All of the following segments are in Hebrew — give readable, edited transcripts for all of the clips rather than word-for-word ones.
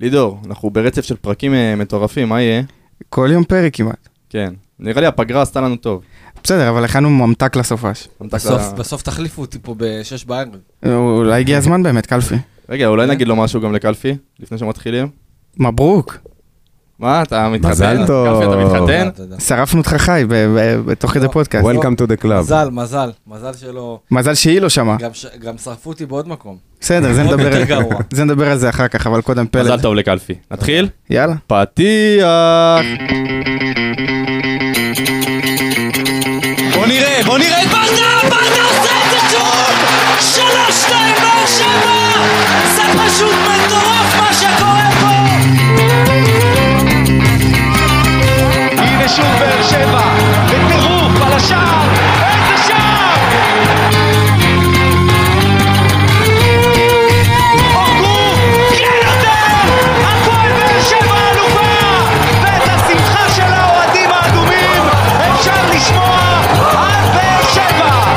לידור, אנחנו ברצף של פרקים מטורפים, מה יהיה? כל יום פרק כמעט. כן, נראה לי הפגרה עשתה לנו טוב. בסדר, אבל הכנו ממתק לסופש. בסוף תחליפו אותי פה ב-6 בערב. אולי הגיע הזמן באמת, קלפי. רגע, אולי נגיד לו משהו גם לקלפי, לפני שמתחילים? מברוק. מה, אתה מתחתן? מזל טוב. קלפי, אתה מתחתן? שרפנו אותך חי בתוך כדי פודקאסט. Welcome to the club. מזל שלא... מזל שהיא לא שמה. גם שרפו אותי בעוד מקום. בסדר, זה נדבר על זה אחר כך, אבל קודם פלד. מזל טוב לקלפי. נתחיל? יאללה. פתיח! בוא נראה, ברדה עושה את זה שוב! 3-2 באר שבע! זה פשוט מטורף מה שקורה פה! הנה שוב באר שבע, בטירוף על השער, איזה שער! אורגו, כן יותר! הפועל באר שבע אלופה! ואת השמחה של האוהדים האדומים אפשר לשמוע על באר שבע!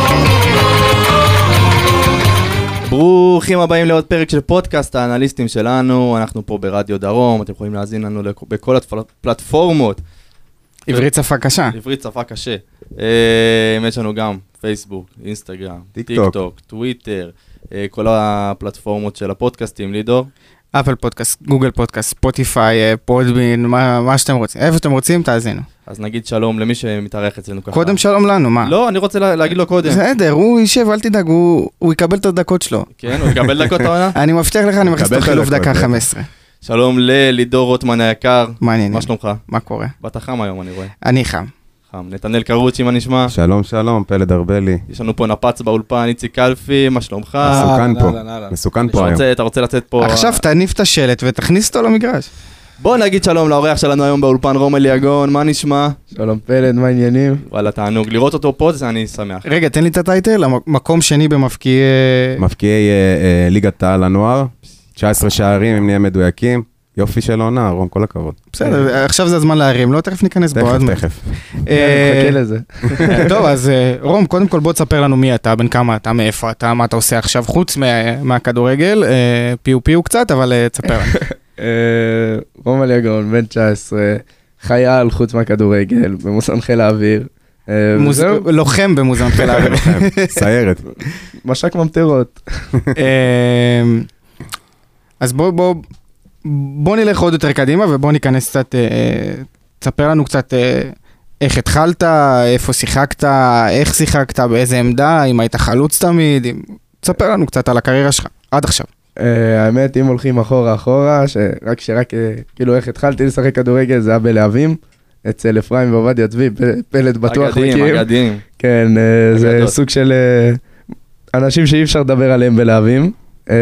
ברוכים הבאים לעוד פרק של פודקאסט האנליסטים שלנו, אנחנו פה ברדיו דרום, אתם יכולים להזין לנו בכל הפלטפורמות. עברית שפה קשה. עברית שפה קשה. יש לנו גם פייסבוק, אינסטגרם, טיק טוק, טוויטר, כל הפלטפורמות של הפודקאסטים, לידור. אפל פודקאסט, גוגל פודקאסט, ספוטיפיי, פודבין, מה שאתם רוצים. איפה שאתם רוצים, תאזינו. אז נגיד שלום למי שמתארח אצלנו ככה. קודם שלום לנו, מה? לא, אני רוצה להגיד לו קודם. בסדר, הוא יישב, אל תדאג, הוא יקבל את הדקות שלו. כן, הוא יקבל דקות העונה? אני מבטיח לך, אני מכניס אותו חילוף דקה 15. שלום ללידור רוטמן היקר. מה העניינים? מה שלומך? מה קורה? באת חם היום, אני רואה. אני חם. חם. נתנאל קרוצ'י, מה נשמע? שלום, שלום, פלד ארבלי. יש לנו פה נפץ באולפן, איציק קלפי, מה שלומך? מסוכן פה היום. אתה רוצה לצאת פה... עכשיו תניף את השלט ותכניס אותו למגרש. בוא נגיד שלום לאורח שלנו היום באולפן, רום אליגון, מה נשמע? שלום פלד, מה העניינים? וואלה, תענוג. לראות אותו פה, זה אני שמח. רגע, תן לי את הטייטל, מקום שני במפקיעי... מפקיעי ליגת העל הנוער, 19 שערים, אם נהיה מדויקים. יופי של עונה, רום, כל הכבוד. בסדר, עכשיו זה הזמן להרים, לא תכף ניכנס בו. תכף. אני מחכה לזה. טוב, אז רום, קודם כל בוא תספר לנו מי אתה, בן כמה אתה, מאיפה אתה, מה אתה עושה עכשיו, חוץ מהכדורגל, פיו קצת, אבל תספר לנו. רום אליגון, בן 19, חייל חוץ מהכדורגל, במוזיאון חיל האוויר. לוחם במוזיאון חיל האוויר. סיירת. משק ממטרות. אז בוא נלך עוד יותר קדימה, ובוא ניכנס קצת, תספר לנו קצת איך התחלת, איפה שיחקת, איך שיחקת, באיזה עמדה, אם היית חלוץ תמיד, תספר לנו קצת על הקריירה שלך, עד עכשיו. האמת, אם הולכים אחורה, שרק כאילו איך התחלתי לשחק כדורגל, זה היה בלהבים, אצל אפרים ועובדיה צבי, פלד בטוח מכיר. אגדים. כן, זה סוג של אנשים שאי אפשר לדבר עליהם בלהבים.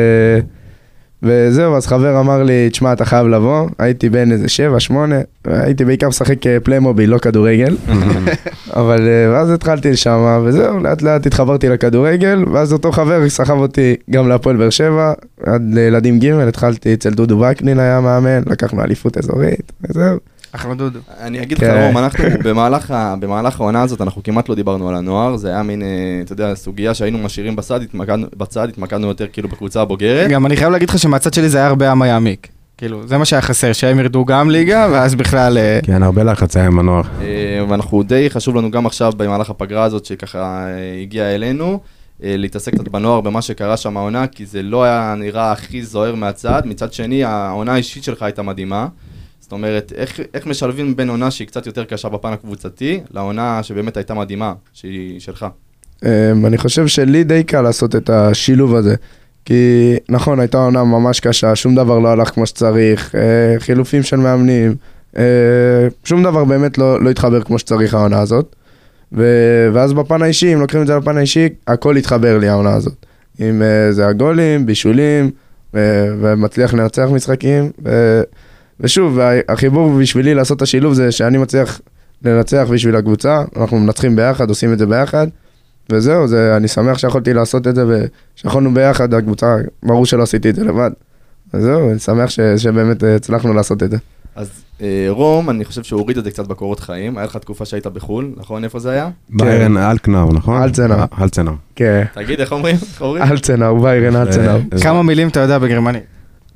וזהו, אז חבר אמר לי, תשמע, אתה חייב לבוא, הייתי בין איזה 7-8, הייתי בעיקר משחק פליימוביל, לא כדורגל, אבל ואז התחלתי לשם, וזהו, לאט לאט התחברתי לכדורגל, ואז אותו חבר סחב אותי גם להפועל באר שבע, עד לילדים ג' התחלתי אצל דודו וקנין היה מאמן, לקחנו אליפות אזורית, וזהו. אחלה דודו. אני אגיד לך, רום, אנחנו במהלך העונה הזאת, אנחנו כמעט לא דיברנו על הנוער, זה היה מין, אתה יודע, סוגיה שהיינו משאירים בצד, התמקדנו יותר כאילו בקבוצה הבוגרת. גם אני חייב להגיד לך שמהצד שלי זה היה הרבה עם יעמיק. כאילו, זה מה שהיה חסר, שהם ירדו גם ליגה, ואז בכלל... כן, הרבה לחץ היה עם הנוער. ואנחנו די חשוב לנו גם עכשיו במהלך הפגרה הזאת, שככה הגיעה אלינו, להתעסק קצת בנוער, במה שקרה שם העונה, כי זה לא היה נראה הכי זוהר מהצד. מצד שני, העונה האישית שלך הייתה מדהימה. זאת אומרת, איך משלבים בין עונה שהיא קצת יותר קשה בפן הקבוצתי, לעונה שבאמת הייתה מדהימה, שהיא שלך? אני חושב שלי די קל לעשות את השילוב הזה, כי נכון, הייתה עונה ממש קשה, שום דבר לא הלך כמו שצריך, חילופים של מאמנים, שום דבר באמת לא התחבר כמו שצריך העונה הזאת, ואז בפן האישי, אם לוקחים את זה לפן האישי, הכל התחבר לי העונה הזאת, אם זה הגולים, בישולים, ומצליח לנצח משחקים, ושוב, החיבור בשבילי לעשות את השילוב זה שאני מצליח לנצח בשביל הקבוצה, אנחנו מנצחים ביחד, עושים את זה ביחד, וזהו, אני שמח שיכולתי לעשות את זה, ושיכולנו ביחד, הקבוצה, ברור שלא עשיתי את זה לבד. וזהו, אני שמח שבאמת הצלחנו לעשות את זה. אז רום, אני חושב שהוא הוריד את זה קצת בקורות חיים, היה לך תקופה שהיית בחול, נכון? איפה זה היה? ביירן אלקנאו, נכון? אלצנאו. כן. תגיד, איך אומרים? אלצנאו, ביירן אלצנאו. כמה מילים אתה יודע בגרמנית?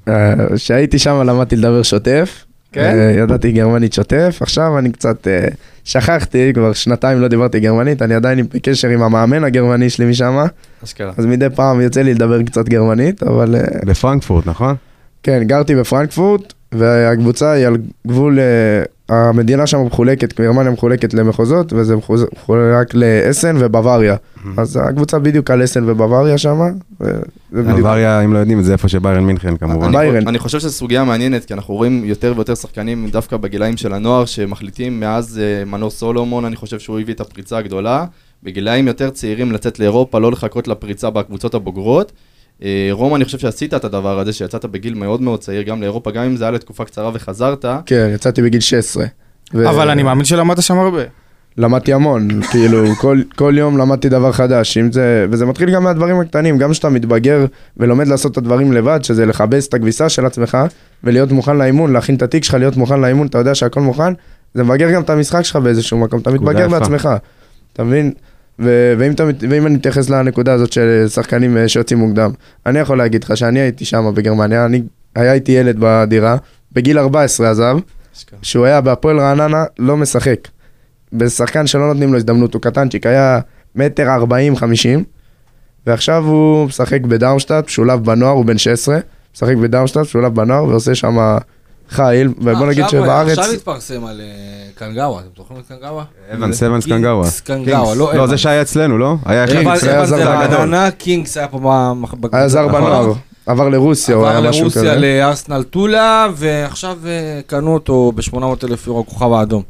כשהייתי שם למדתי לדבר שוטף. כן? ידעתי גרמנית שוטף, עכשיו אני קצת שכחתי, כבר שנתיים לא דיברתי גרמנית, אני עדיין בקשר עם המאמן הגרמני שלי משם, אשכרה. אז מדי פעם יוצא לי לדבר קצת גרמנית, אבל בפרנקפורט, נכון? כן, גרתי בפרנקפורט, והקבוצה היא על גבול, המדינה שם מחולקת, גרמניה מחולקת למחוזות, וזה מחולק לאסן ובוואריה. אז הקבוצה בדיוק על אסן ובוואריה שם. בוואריה, אם לא יודעים, זה איפה שביירן מינכן כמובן. ביירן. אני חושב שזו סוגיה מעניינת, כי אנחנו רואים יותר ויותר שחקנים, דווקא בגילאים של הנוער, שמחליטים מאז מנור סולומון, אני חושב שהוא הביא את הפריצה הגדולה, בגילאים יותר צעירים לצאת לאירופה, לא לחכות לפריצה בקבוצות הבוגרות. רומא, אני חושב שעשית את הדבר הזה, שיצאת בגיל מאוד מאוד צעיר, גם לאירופה, גם אם זה היה לתקופה קצרה וחזרת. כן, יצאתי בגיל 16. אבל אני מאמין שלמדת שם הרבה. למדתי המון, כאילו כל יום למדתי דבר חדש, וזה מתחיל גם מהדברים הקטנים, גם שאתה מתבגר ולומד לעשות את הדברים לבד, שזה לכבס את הכביסה של עצמך, ולהיות מוכן לאימון, להכין את התיק שלך, להיות מוכן לאימון, אתה יודע שהכל מוכן, זה מבגר גם את המשחק שלך באיזשהו מקום, אתה מתבגר בעצמך, אתה מבין? ואם אני מתייחס לנקודה הזאת של שחקנים שיוצאים מוקדם, אני יכול להגיד לך שאני הייתי שם בגרמניה, היה איתי ילד בדירה, בגיל 14 עזב, שהוא היה בהפועל רעננה, לא משחק. בשחקן שלא נותנים לו הזדמנות, הוא קטנצ'יק, היה 1.40-50, ועכשיו הוא משחק בדארמשטאט, שולב בנוער, הוא בן 16, משחק בדארמשטאט, שולב בנוער, ועושה שם חיל, ובוא נגיד שבארץ... עכשיו התפרסם על קנגאווה, אתם זוכרים את קנגאווה? אבנס קנגאווה. קנגאווה, לא לא, זה שהיה אצלנו, לא? היה אבנס זר זה גדול. רעננה, קינגס היה פה היה זר בנוער, עבר לרוסיה, הוא היה עבר משהו כזה. לרוסיה לארסנל טולה, ועכשיו קנו אותו ב-800,000 יורו, כוכב האדום.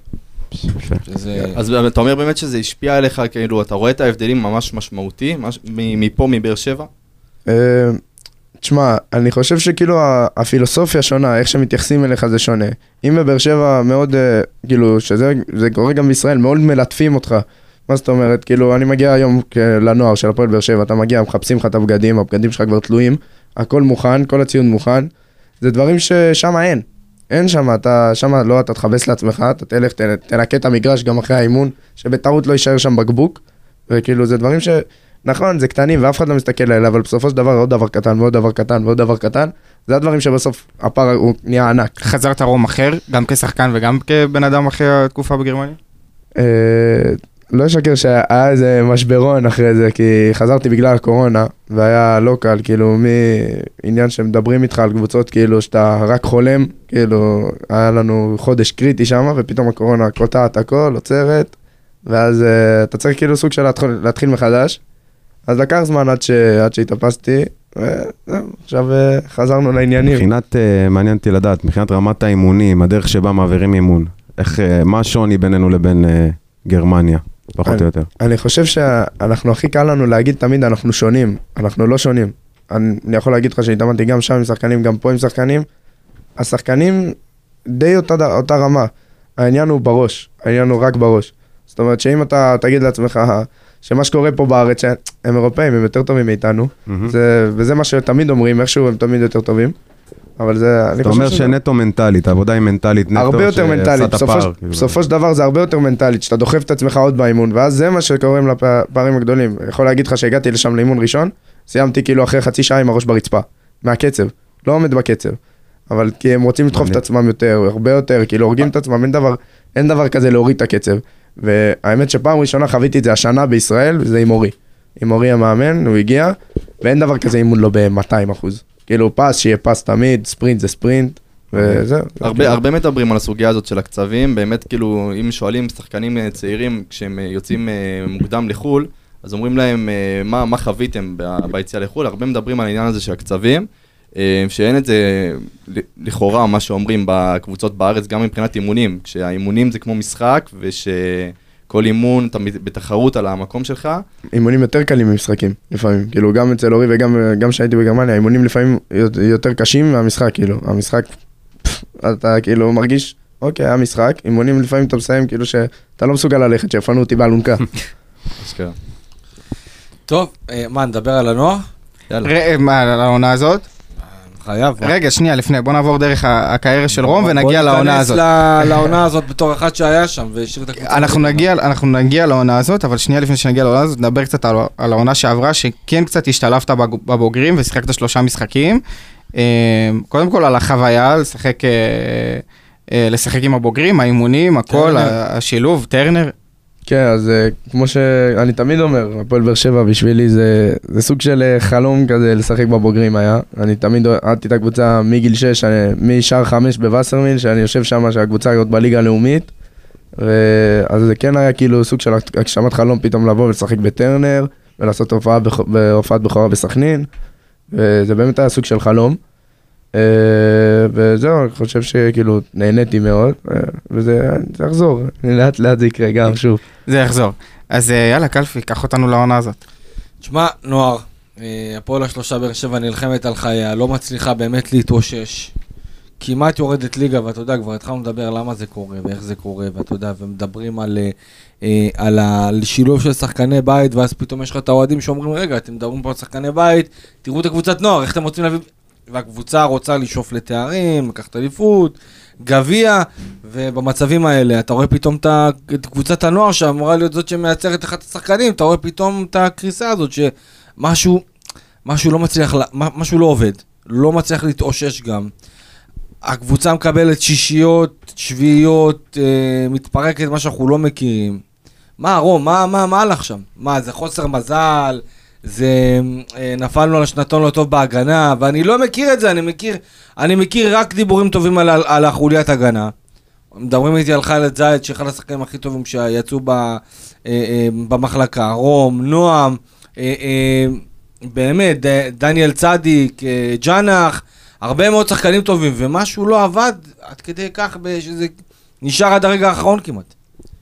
אז אתה אומר באמת שזה השפיע עליך, כאילו, אתה רואה את ההבדלים ממש משמעותי, מפה, מבאר שבע? תשמע, אני חושב שכאילו הפילוסופיה שונה, איך שמתייחסים אליך זה שונה. אם בבאר שבע מאוד, כאילו, שזה קורה גם בישראל, מאוד מלטפים אותך. מה זאת אומרת? כאילו, אני מגיע היום לנוער של הפועל באר שבע, אתה מגיע, מחפשים לך את הבגדים, הבגדים שלך כבר תלויים, הכל מוכן, כל הציון מוכן. זה דברים ששם אין. אין שם, אתה שם לא, אתה תחבס לעצמך, אתה תלך, תנקה את המגרש גם אחרי האימון, שבטעות לא יישאר שם בקבוק, וכאילו זה דברים נכון, זה קטנים ואף אחד לא מסתכל עליהם, אבל בסופו של דבר עוד דבר קטן ועוד דבר קטן ועוד דבר קטן, זה הדברים שבסוף הפער הוא נהיה ענק. חזרת רום אחר, גם כשחקן וגם כבן אדם אחרי התקופה בגרמניה? לא אשקר שהיה איזה משברון אחרי זה, כי חזרתי בגלל הקורונה, והיה לא קל, כאילו מעניין שמדברים איתך על קבוצות, כאילו שאתה רק חולם, כאילו היה לנו חודש קריטי שם, ופתאום הקורונה קוטעת הכל, עוצרת, ואז אתה צריך כאילו סוג של להתחיל מחדש, אז לקח זמן עד שהתאפסתי, וזהו, עכשיו חזרנו לעניינים. מבחינת, מעניין אותי לדעת, מבחינת רמת האימונים, הדרך שבה מעבירים אימון, מה השוני בינינו לבין גרמניה, פחות או יותר? אני חושב שאנחנו הכי קל לנו להגיד תמיד, אנחנו שונים, אנחנו לא שונים. אני יכול להגיד לך שהתאמנתי גם שם עם שחקנים, גם פה עם שחקנים, השחקנים די אותה רמה, העניין הוא בראש, העניין הוא רק בראש. זאת אומרת שאם אתה תגיד לעצמך שמה שקורה פה בארץ, שהם אירופאים, הם יותר טובים מאיתנו, וזה מה שתמיד אומרים, איכשהו הם תמיד יותר טובים, אבל זה... אתה אומר שנטו מנטלית, העבודה היא מנטלית נטו, הרבה יותר מנטלית, בסופו של דבר זה הרבה יותר מנטלית, שאתה דוחף את עצמך עוד באימון, ואז זה מה שקוראים לפערים הגדולים. אני יכול להגיד לך שהגעתי לשם לאימון ראשון, סיימתי כאילו אחרי חצי שעה עם הראש ברצפה, מהקצב, לא עומד בקצב, אבל כי הם רוצים לדחוף את עצמם יותר, הרבה יותר, כאילו הורגים את עצמם, אין דבר כזה להוריד את הקצב. והאמת שפעם ראשונה חוויתי את זה השנה בישראל, זה עם אורי. עם אורי המאמן, הוא הגיע, ואין דבר כזה אימון לא ב-200%. כאילו פס, שיהיה פס תמיד, ספרינט זה ספרינט, וזהו. הרבה מדברים על הסוגיה הזאת של הקצבים, באמת כאילו, אם שואלים שחקנים צעירים, כשהם יוצאים מוקדם לחול, אז אומרים להם, מה חוויתם ביציאה לחול? הרבה מדברים על העניין הזה של הקצבים, שאין את זה לכאורה, מה שאומרים בקבוצות בארץ, גם מבחינת אימונים, כשהאימונים זה כמו משחק, ושכל אימון אתה בתחרות על המקום שלך. אימונים יותר קלים ממשחקים, לפעמים, כאילו גם אצל אורי וגם שהייתי בגרמניה, האימונים לפעמים יותר קשים מהמשחק, כאילו, המשחק, אתה כאילו מרגיש, אוקיי, היה משחק, אימונים לפעמים אתה מסיים, כאילו שאתה לא מסוגל ללכת, שיפנו אותי באלונקה. טוב, מה, נדבר על הנוער? מה, על העונה הזאת? חייב. רגע, שנייה, לפני, בוא נעבור דרך הקריירה של רום ונגיע לעונה הזאת. בוא ניכנס לעונה הזאת בתור אחד שהיה שם והשאיר את הקבוצה. אנחנו נגיע לעונה הזאת, אבל שנייה לפני שנגיע לעונה הזאת, נדבר קצת על העונה שעברה, שכן קצת השתלבת בבוגרים ושיחקת 3 משחקים. קודם כל על החוויה, לשחק עם הבוגרים, האימונים, הכל, השילוב, טרנר. כן, אז כמו שאני תמיד אומר, הפועל באר שבע בשבילי זה סוג של חלום כזה לשחק בבוגרים היה. אני תמיד עדתי את הקבוצה מגיל 6, משער 5 בווסרמיל, שאני יושב שם, שהקבוצה הזאת בליגה הלאומית. אז זה כן היה כאילו סוג של הגשמת חלום פתאום לבוא ולשחק בטרנר, ולעשות הופעת בכורה בסכנין, וזה באמת היה סוג של חלום. וזהו, אני חושב שכאילו נהניתי מאוד, וזה יחזור, לאט לאט זה יקרה גם שוב. זה יחזור. אז יאללה, קלפי, קח אותנו לעונה הזאת. תשמע, נוער, הפועל השלושה באר שבע נלחמת על חייה, לא מצליחה באמת להתאושש. כמעט יורדת ליגה, ואתה יודע, כבר התחלנו לדבר למה זה קורה ואיך זה קורה, ואתה יודע, ומדברים על השילוב של שחקני בית, ואז פתאום יש לך את האוהדים שאומרים, רגע, אתם מדברים פה על שחקני בית, תראו את הקבוצת נוער, איך אתם רוצים להביא... והקבוצה רוצה לשאוף לתארים, לקחת אליפות, גביע, ובמצבים האלה אתה רואה פתאום את קבוצת הנוער שאמורה להיות זאת שמייצרת אחד השחקנים, אתה רואה פתאום את הקריסה הזאת שמשהו לא מצליח, משהו לא עובד, לא מצליח להתאושש גם. הקבוצה מקבלת שישיות, שביעיות, מתפרקת, מה שאנחנו לא מכירים. מה, רום, מה הלך שם? מה, זה חוסר מזל? זה נפלנו על השנתון לא טוב בהגנה, ואני לא מכיר את זה, אני מכיר רק דיבורים טובים על החוליית הגנה. מדברים איתי על חילד זייד, שאחד השחקנים הכי טובים שיצאו במחלקה, רום, נועם, באמת, דניאל צדיק, ג'אנח, הרבה מאוד שחקנים טובים, ומשהו לא עבד עד כדי כך שזה נשאר עד הרגע האחרון כמעט.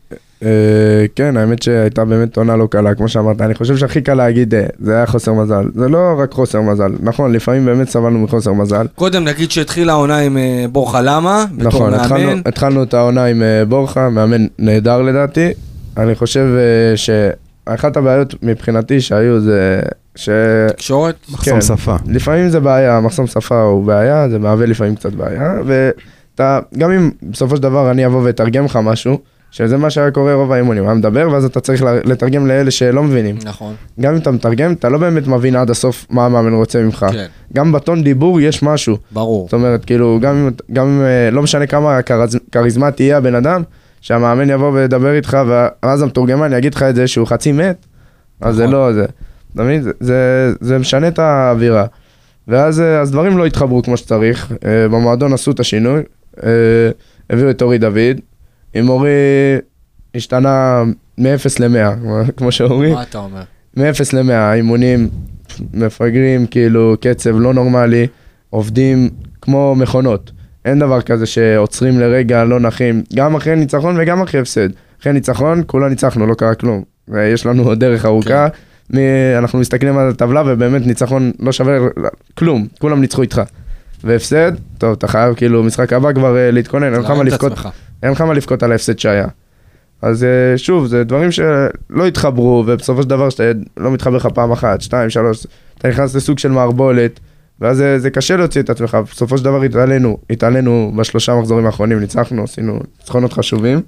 כן, האמת שהייתה באמת עונה לא קלה, כמו שאמרת, אני חושב שהכי קל להגיד, זה היה חוסר מזל, זה לא רק חוסר מזל, נכון, לפעמים באמת סבלנו מחוסר מזל. קודם נגיד שהתחילה העונה עם בורחה למה, נכון, התחלנו את העונה עם בורחה, מאמן נהדר לדעתי, אני חושב שאחת הבעיות מבחינתי שהיו זה תקשורת? מחסום שפה. לפעמים זה בעיה, מחסום שפה הוא בעיה, זה מהווה לפעמים קצת בעיה, וגם אם בסופו של דבר אני אבוא ותרגם לך משהו, שזה מה שהיה קורה רוב האימונים, היה מדבר ואז אתה צריך לתרגם לאלה שלא מבינים. נכון. גם אם אתה מתרגם, אתה לא באמת מבין עד הסוף מה המאמן רוצה ממך. כן. גם בטון דיבור יש משהו. ברור. זאת אומרת, כאילו, גם אם לא משנה כמה כריזמה תהיה הבן אדם, שהמאמן יבוא וידבר איתך, ואז המתורגמן יגיד לך את זה שהוא חצי מת, אז זה לא זה. אתה מבין? זה משנה את האווירה. ואז דברים לא התחברו כמו שצריך. במועדון עשו את השינוי, הביאו את אורי דוד, עם אורי השתנה מ-0 ל-100, כמו שאורי. מה אתה אומר? מ-0 ל-100, אימונים מפגרים, כאילו קצב לא נורמלי, עובדים כמו מכונות. אין דבר כזה שעוצרים לרגע, לא נחים, גם אחרי ניצחון וגם אחרי הפסד. אחרי ניצחון, כולה ניצחנו, לא קרה כלום. ויש לנו דרך ארוכה, אנחנו מסתכלים על הטבלה ובאמת ניצחון לא שווה כלום, כולם ניצחו איתך. והפסד, טוב, אתה חייב כאילו משחק הבא כבר להתכונן, אין לך מה לבכות על ההפסד שהיה. אז שוב, זה דברים שלא התחברו, ובסופו של דבר שאתה לא מתחבר לך פעם אחת, 2, 3, אתה נכנס לסוג של מערבולת, ואז זה קשה להוציא את עצמך, בסופו של דבר התעלינו בשלושה מחזורים האחרונים, ניצחנו, עשינו ניצחונות חשובים,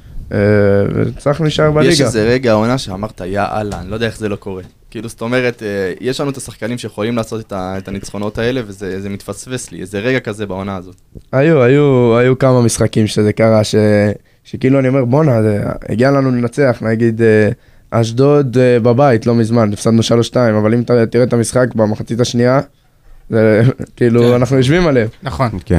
וצריך להישאר בליגה. יש איזה רגע העונה שאמרת, יאללה, אני לא יודע איך זה לא קורה. כאילו, זאת אומרת, יש לנו את השחקנים שיכולים לעשות את הניצחונות האלה, וזה מתפספס לי, איזה רגע כזה בעונה הזאת. היו כמה משחקים שזה קרה, שכאילו אני אומר, בונה, הגיע לנו לנצח, נגיד, אשדוד בבית, לא מזמן, הפסדנו 3-2, אבל אם תראה את המשחק במחצית השנייה, כאילו, אנחנו יושבים עליהם. נכון. כן.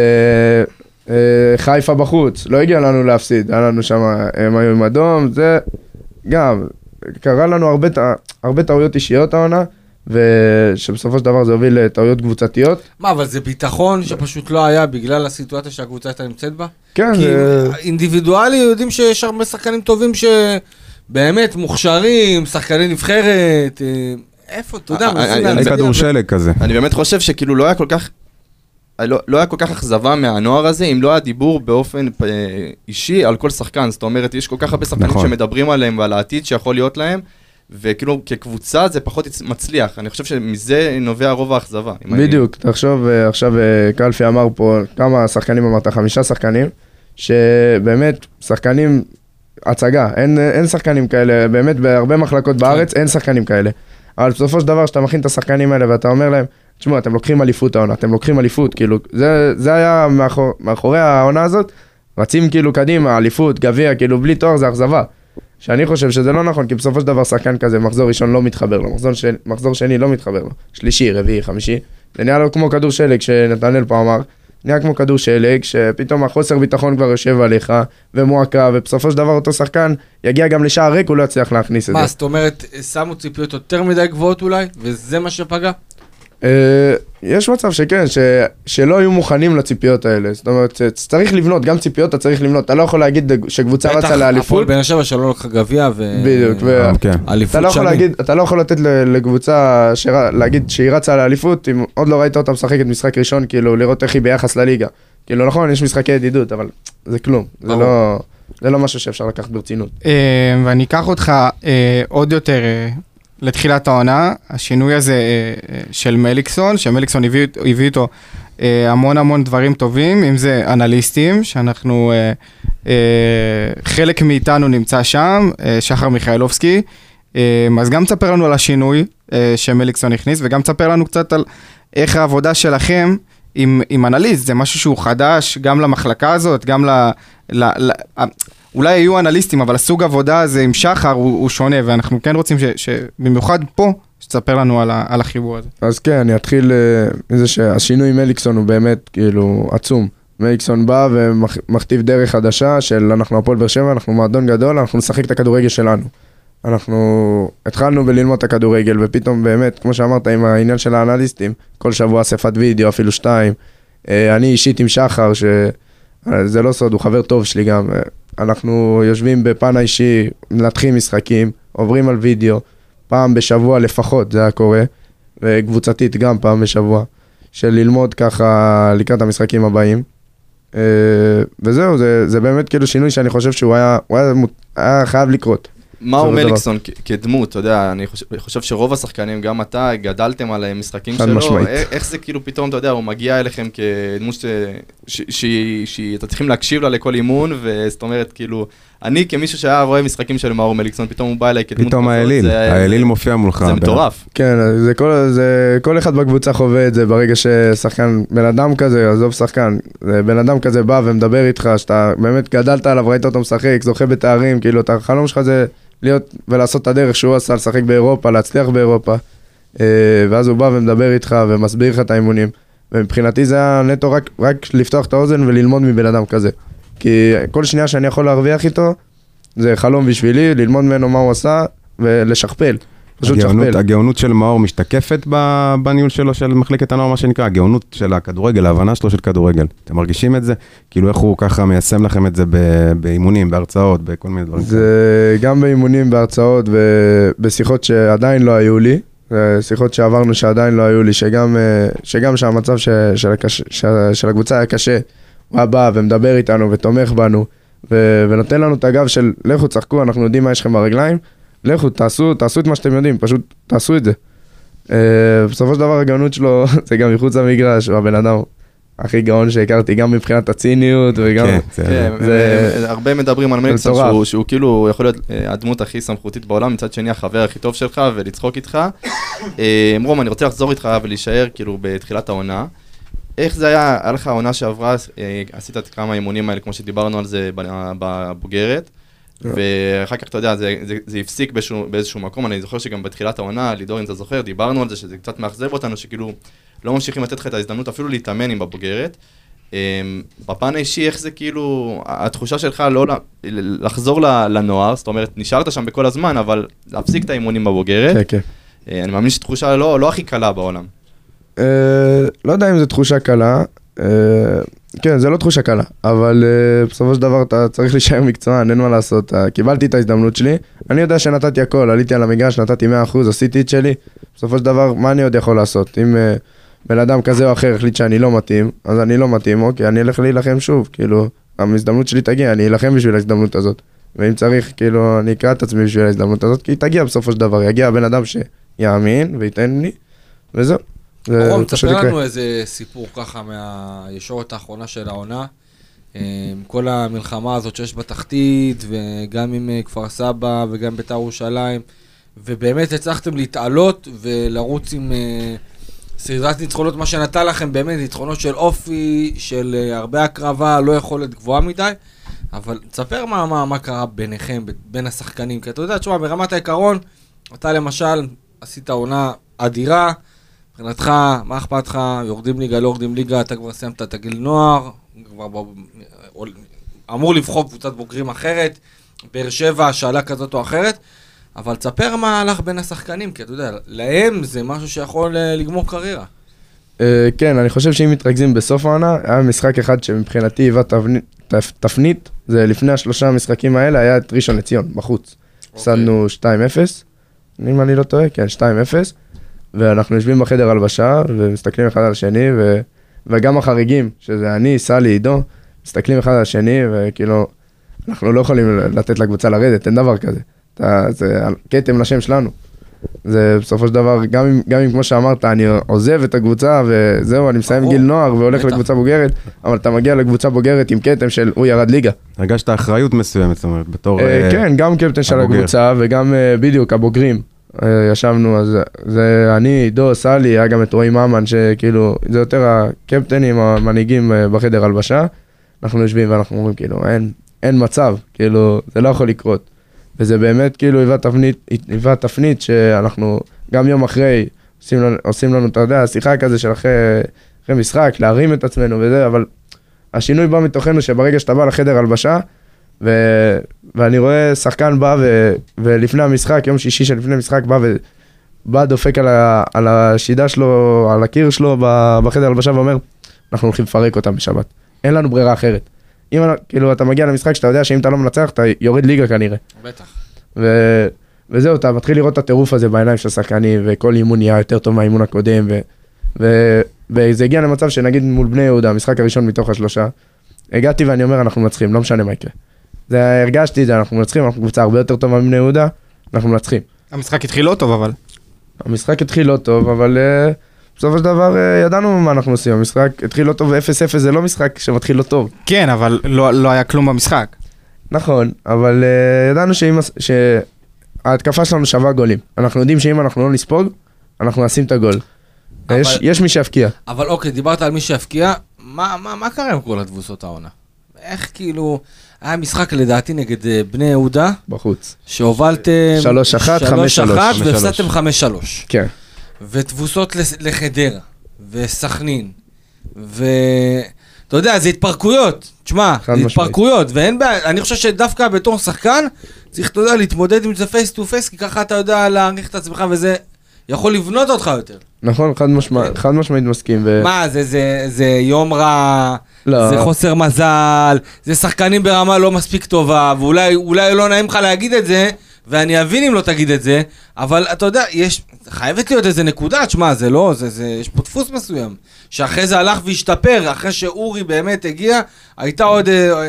חיפה בחוץ, לא הגיע לנו להפסיד, היה לנו שם, הם היו עם אדום, זה גם, קרה לנו הרבה טעויות אישיות העונה, ושבסופו של דבר זה הוביל לטעויות קבוצתיות. מה, אבל זה ביטחון שפשוט לא היה בגלל הסיטואציה שהקבוצה הייתה נמצאת בה? כן. כי אינדיבידואלי יודעים שיש הרבה שחקנים טובים שבאמת מוכשרים, שחקני נבחרת, איפה, אתה יודע, אני כדור שלג כזה. אני באמת חושב שכאילו לא היה כל כך אכזבה מהנוער הזה, אם לא היה דיבור באופן אישי על כל שחקן. זאת אומרת, יש כל כך הרבה שחקנים שמדברים עליהם ועל העתיד שיכול להיות להם, וכאילו כקבוצה זה פחות מצליח. אני חושב שמזה נובע רוב האכזבה. בדיוק, תחשוב, עכשיו קלפי אמר פה כמה שחקנים, אמרת 5 שחקנים, שבאמת שחקנים הצגה, אין שחקנים כאלה, באמת בהרבה מחלקות בארץ אין שחקנים כאלה. אבל בסופו של דבר שאתה מכין את השחקנים האלה ואתה אומר להם, תשמעו, אתם לוקחים אליפות העונה, אתם לוקחים אליפות, כאילו, זה היה מאחורי העונה הזאת, רצים כאילו קדימה, אליפות, גביע, כאילו בלי תואר זה אכזבה. שאני חושב שזה לא נכון, כי בסופו של דבר שחקן כזה, מחזור ראשון לא מתחבר לו, מחזור שני לא מתחבר לו, שלישי, רביעי, חמישי, זה נהיה לו כמו כדור שלג שנתנאל פה אמר, נהיה כמו כדור שלג, שפתאום החוסר ביטחון כבר יושב עליך, ומועקה, ובסופו של דבר אותו שחקן יגיע גם לשער ריק, הוא לא יצליח להכניס את זה. מה, זאת אומרת, שמו ציפיות יותר מדי גבוהות אולי, וזה מה שפגע? יש מצב שכן, שלא היו מוכנים לציפיות האלה, זאת אומרת, צריך לבנות, גם ציפיות אתה צריך לבנות, אתה לא יכול להגיד שקבוצה רצה לאליפות. הפועל באר שבע שלא לקחה גביע בדיוק, ואליפות שנים. אתה לא יכול לתת לקבוצה, להגיד שהיא רצה לאליפות, אם עוד לא ראית אותה משחקת משחק ראשון, כאילו לראות איך היא ביחס לליגה. כאילו נכון, יש משחקי ידידות, אבל זה כלום, זה לא משהו שאפשר לקחת ברצינות. ואני אקח אותך עוד יותר לתחילת העונה, השינוי הזה של מליקסון, שמליקסון הביא איתו המון דברים טובים, אם זה אנליסטים, שאנחנו, חלק מאיתנו נמצא שם, שחר מיכאלובסקי, אז גם תספר לנו על השינוי שמליקסון הכניס, וגם תספר לנו קצת על איך העבודה שלכם עם אנליסט, זה משהו שהוא חדש, גם למחלקה הזאת, גם אולי היו אנליסטים, אבל הסוג עבודה הזה עם שחר הוא שונה, ואנחנו כן רוצים שבמיוחד פה, שתספר לנו על החיבור הזה. אז כן, אני אתחיל מזה שהשינוי עם מליקסון הוא באמת כאילו עצום. מליקסון בא ומכתיב דרך חדשה של אנחנו הפועל באר שבע, אנחנו מועדון גדול, אנחנו נשחק את הכדורגל שלנו. אנחנו התחלנו בללמוד את הכדורגל, ופתאום באמת, כמו שאמרת, עם העניין של האנליסטים, כל שבוע אספת וידאו, אפילו 2. אני אישית עם שחר, שזה לא סוד, הוא חבר טוב שלי גם. אנחנו יושבים בפן האישי, מנתחים משחקים, עוברים על וידאו, פעם בשבוע לפחות, זה היה קורה, וקבוצתית גם פעם בשבוע, של ללמוד ככה לקראת המשחקים הבאים. וזהו, זה באמת כאילו שינוי שאני חושב שהוא היה חייב לקרות. מאור מליקסון כדמות, אתה יודע, אני חושב שרוב השחקנים, גם אתה, גדלתם על משחקים שלו, איך זה כאילו פתאום, אתה יודע, הוא מגיע אליכם כדמות שאתה צריכים להקשיב לה לכל אימון, וזאת אומרת, כאילו, אני כמישהו שהיה רואה משחקים של מאור מליקסון, פתאום הוא בא אליי כדמות פתאום האליל מופיע מולך. זה מטורף. כן, כל אחד בקבוצה חווה את זה, ברגע ששחקן, בן אדם כזה, עזוב שחקן, בן אדם כזה בא ומדבר איתך, שאתה באמת גדלת עליו, ראית אותו משחק, זוכה בתארים, כאילו, אתה החלום שלך זה להיות ולעשות את הדרך שהוא עשה, לשחק באירופה, להצליח באירופה, ואז הוא בא ומדבר איתך ומסביר לך את האימונים, ומבחינתי זה היה נטו רק לפתוח את האוזן וללמוד מבן אדם כזה. כי כל שנייה שאני יכול להרוויח איתו, זה חלום בשבילי, ללמוד ממנו מה הוא עשה ולשכפל. פשוט שכפל. הגאונות של מאור משתקפת בניהול שלו של מחלקת הנוער, מה שנקרא, הגאונות של הכדורגל, ההבנה שלו של כדורגל. אתם מרגישים את זה? כאילו איך הוא ככה מיישם לכם את זה באימונים, בהרצאות, בכל מיני דברים? זה גם באימונים, בהרצאות ובשיחות שעדיין לא היו לי, שיחות שעברנו שעדיין לא היו לי, שגם שהמצב של הקבוצה היה קשה, הוא בא ומדבר איתנו ותומך בנו, ונותן לנו את הגב של לכו צחקו, אנחנו יודעים מה יש לכם ברגליים, לכו תעשו את מה שאתם יודעים, פשוט תעשו את זה. בסופו של דבר הגאונות שלו זה גם מחוץ למגרש, הוא הבן אדם הכי גאון שהכרתי, גם מבחינת הציניות וגם... כן, הרבה מדברים על מליקסון שהוא כאילו יכול להיות הדמות הכי סמכותית בעולם, מצד שני החבר הכי טוב שלך ולצחוק איתך. רום, אני רוצה לחזור איתך ולהישאר כאילו בתחילת העונה. איך זה היה לך העונה שעברה, עשית את כמה אימונים האלה, כמו שדיברנו על זה בבוגרת, ואחר כך, אתה יודע, זה הפסיק באיזשהו מקום, אני זוכר שגם בתחילת העונה, לידור, אם אתה זוכר, דיברנו על זה, שזה קצת מאכזב אותנו, שכאילו לא ממשיכים לתת לך את ההזדמנות אפילו להתאמן עם בבוגרת. בפן האישי, איך זה כאילו, התחושה שלך לא לחזור לנוער, זאת אומרת, נשארת שם בכל הזמן, אבל להפסיק את האימונים בבוגרת. כן. אני מאמין שתחושה לא הכי קלה בעולם. לא יודע אם זו תחושה קלה, כן, זה לא תחושה קלה, אבל בסופו של דבר אתה צריך להישאר מקצוען, אין מה לעשות, קיבלתי את ההזדמנות שלי, אני יודע שנתתי הכל, עליתי על המגרש, נתתי 100%, עשיתי את שלי, בסופו של דבר, מה אני עוד יכול לעשות? אם בן אדם כזה או אחר החליט שאני לא מתאים, אז אני לא מתאים, אוקיי, אני אלך להילחם שוב, כאילו, ההזדמנות שלי תגיע, אני אלחם בשביל ההזדמנות הזאת, ואם צריך, כאילו, אני אקרא את עצמי בשביל ההזדמנות הזאת, כי היא תגיע בסופו של דבר, יגיע הבן אדם שיאמין וייתן לי, וזהו. רום, תספר לנו איזה סיפור ככה מהישורת האחרונה של העונה, כל המלחמה הזאת שיש בתחתית, וגם עם כפר סבא וגם בית"ר ירושלים, ובאמת הצלחתם להתעלות ולרוץ עם סדרת ניצחונות, מה שנתן לכם באמת, ניצחונות של אופי, של הרבה הקרבה, לא יכולת גבוהה מדי, אבל תספר מה קרה ביניכם, בין השחקנים, כי אתה יודע, תשמע, ברמת העיקרון, אתה למשל עשית עונה אדירה, מבחינתך, מה אכפת לך, יורדים ליגה, לא יורדים ליגה, אתה כבר סיימת את הגיל נוער, כבר אמור לבחור קבוצת בוגרים אחרת, באר שבע, שאלה כזאת או אחרת, אבל תספר מה הלך בין השחקנים, כי אתה יודע, להם זה משהו שיכול לגמור קריירה. כן, אני חושב שאם מתרכזים בסוף העונה, היה משחק אחד שמבחינתי היווה תפנית, זה לפני השלושה המשחקים האלה, היה את ראשון לציון, בחוץ. הפסדנו 2-0, אם אני לא טועה, כן, 2-0, ואנחנו יושבים בחדר הלבשה, ומסתכלים אחד על השני, וגם החריגים, שזה אני, סלי, עידו, מסתכלים אחד על השני, וכאילו, אנחנו לא יכולים לתת לקבוצה לרדת, אין דבר כזה. זה כתם לשם שלנו. זה בסופו של דבר, גם אם כמו שאמרת, אני עוזב את הקבוצה וזהו, אני מסיים גיל נוער והולך לקבוצה בוגרת, אבל אתה מגיע לקבוצה בוגרת עם כתם של הוא ירד ליגה. הרגשת אחריות מסוימת, זאת אומרת, בתור כן, גם קפטן של הקבוצה וגם בדיוק הבוגרים. ישבנו, אז זה אני, עידו, סלי, היה גם את רועי מאמן, שכאילו, זה יותר הקפטנים, המנהיגים בחדר הלבשה. אנחנו יושבים ואנחנו אומרים, כאילו, אין מצב, כאילו, זה לא יכול לקרות. וזה באמת כאילו היווה תפנית שאנחנו גם יום אחרי עושים לנו, אתה יודע, שיחה כזה של אחרי משחק, להרים את עצמנו וזה, אבל השינוי בא מתוכנו שברגע שאתה בא לחדר הלבשה, ואני רואה שחקן בא ולפני המשחק, יום שישי שלפני המשחק בא דופק על השידה שלו, על הקיר שלו בחדר הלבשה ואומר, אנחנו הולכים לפרק אותם בשבת. אין לנו ברירה אחרת. אם כאילו אתה מגיע למשחק שאתה יודע שאם אתה לא מנצח אתה יורד ליגה כנראה. בטח. וזהו, אתה מתחיל לראות את הטירוף הזה בעיניים של השחקנים, וכל אימון נהיה יותר טוב מהאימון הקודם, וזה הגיע למצב שנגיד מול בני יהודה, המשחק הראשון מתוך השלושה, הגעתי ואני אומר אנחנו מנצחים, לא משנה מה יקרה. הרגשתי את זה, אנחנו מנצחים, אנחנו קבוצה הרבה יותר טובה מבני יהודה, אנחנו מנצחים. המשחק התחיל לא טוב אבל. המשחק התחיל לא טוב, אבל בסופו של דבר ידענו מה אנחנו עושים, המשחק התחיל לא טוב, 0-0 זה לא משחק שמתחיל לא טוב. כן, אבל לא היה כלום במשחק. נכון, אבל ידענו שההתקפה שלנו שווה גולים. אנחנו יודעים שאם אנחנו לא נספוג, אנחנו נשים את הגול. יש מי שיפקיע. אבל אוקיי, דיברת על מי שיפקיע, מה קרה עם כל התבוסות העונה? איך כאילו, היה משחק לדעתי נגד בני יהודה, בחוץ. שהובלתם 3-1, 5-3. והפסדתם 5-3. כן. ותבוסות לחדרה, וסכנין, אתה יודע, זה התפרקויות, תשמע, זה התפרקויות, ואין בעיה, אני חושב שדווקא בתור שחקן, צריך, אתה יודע, להתמודד עם זה פייס טו פייס, כי ככה אתה יודע להעריך את עצמך, וזה יכול לבנות אותך יותר. נכון, חד משמעית מסכים. מה, זה יום רע, זה חוסר מזל, זה שחקנים ברמה לא מספיק טובה, ואולי לא נעים לך להגיד את זה, ואני אבין אם לא תגיד את זה, אבל אתה יודע, חייבת להיות איזה נקודה, תשמע, זה לא, יש פה דפוס מסוים, שאחרי זה הלך והשתפר, אחרי שאורי באמת הגיע, הייתה עוד,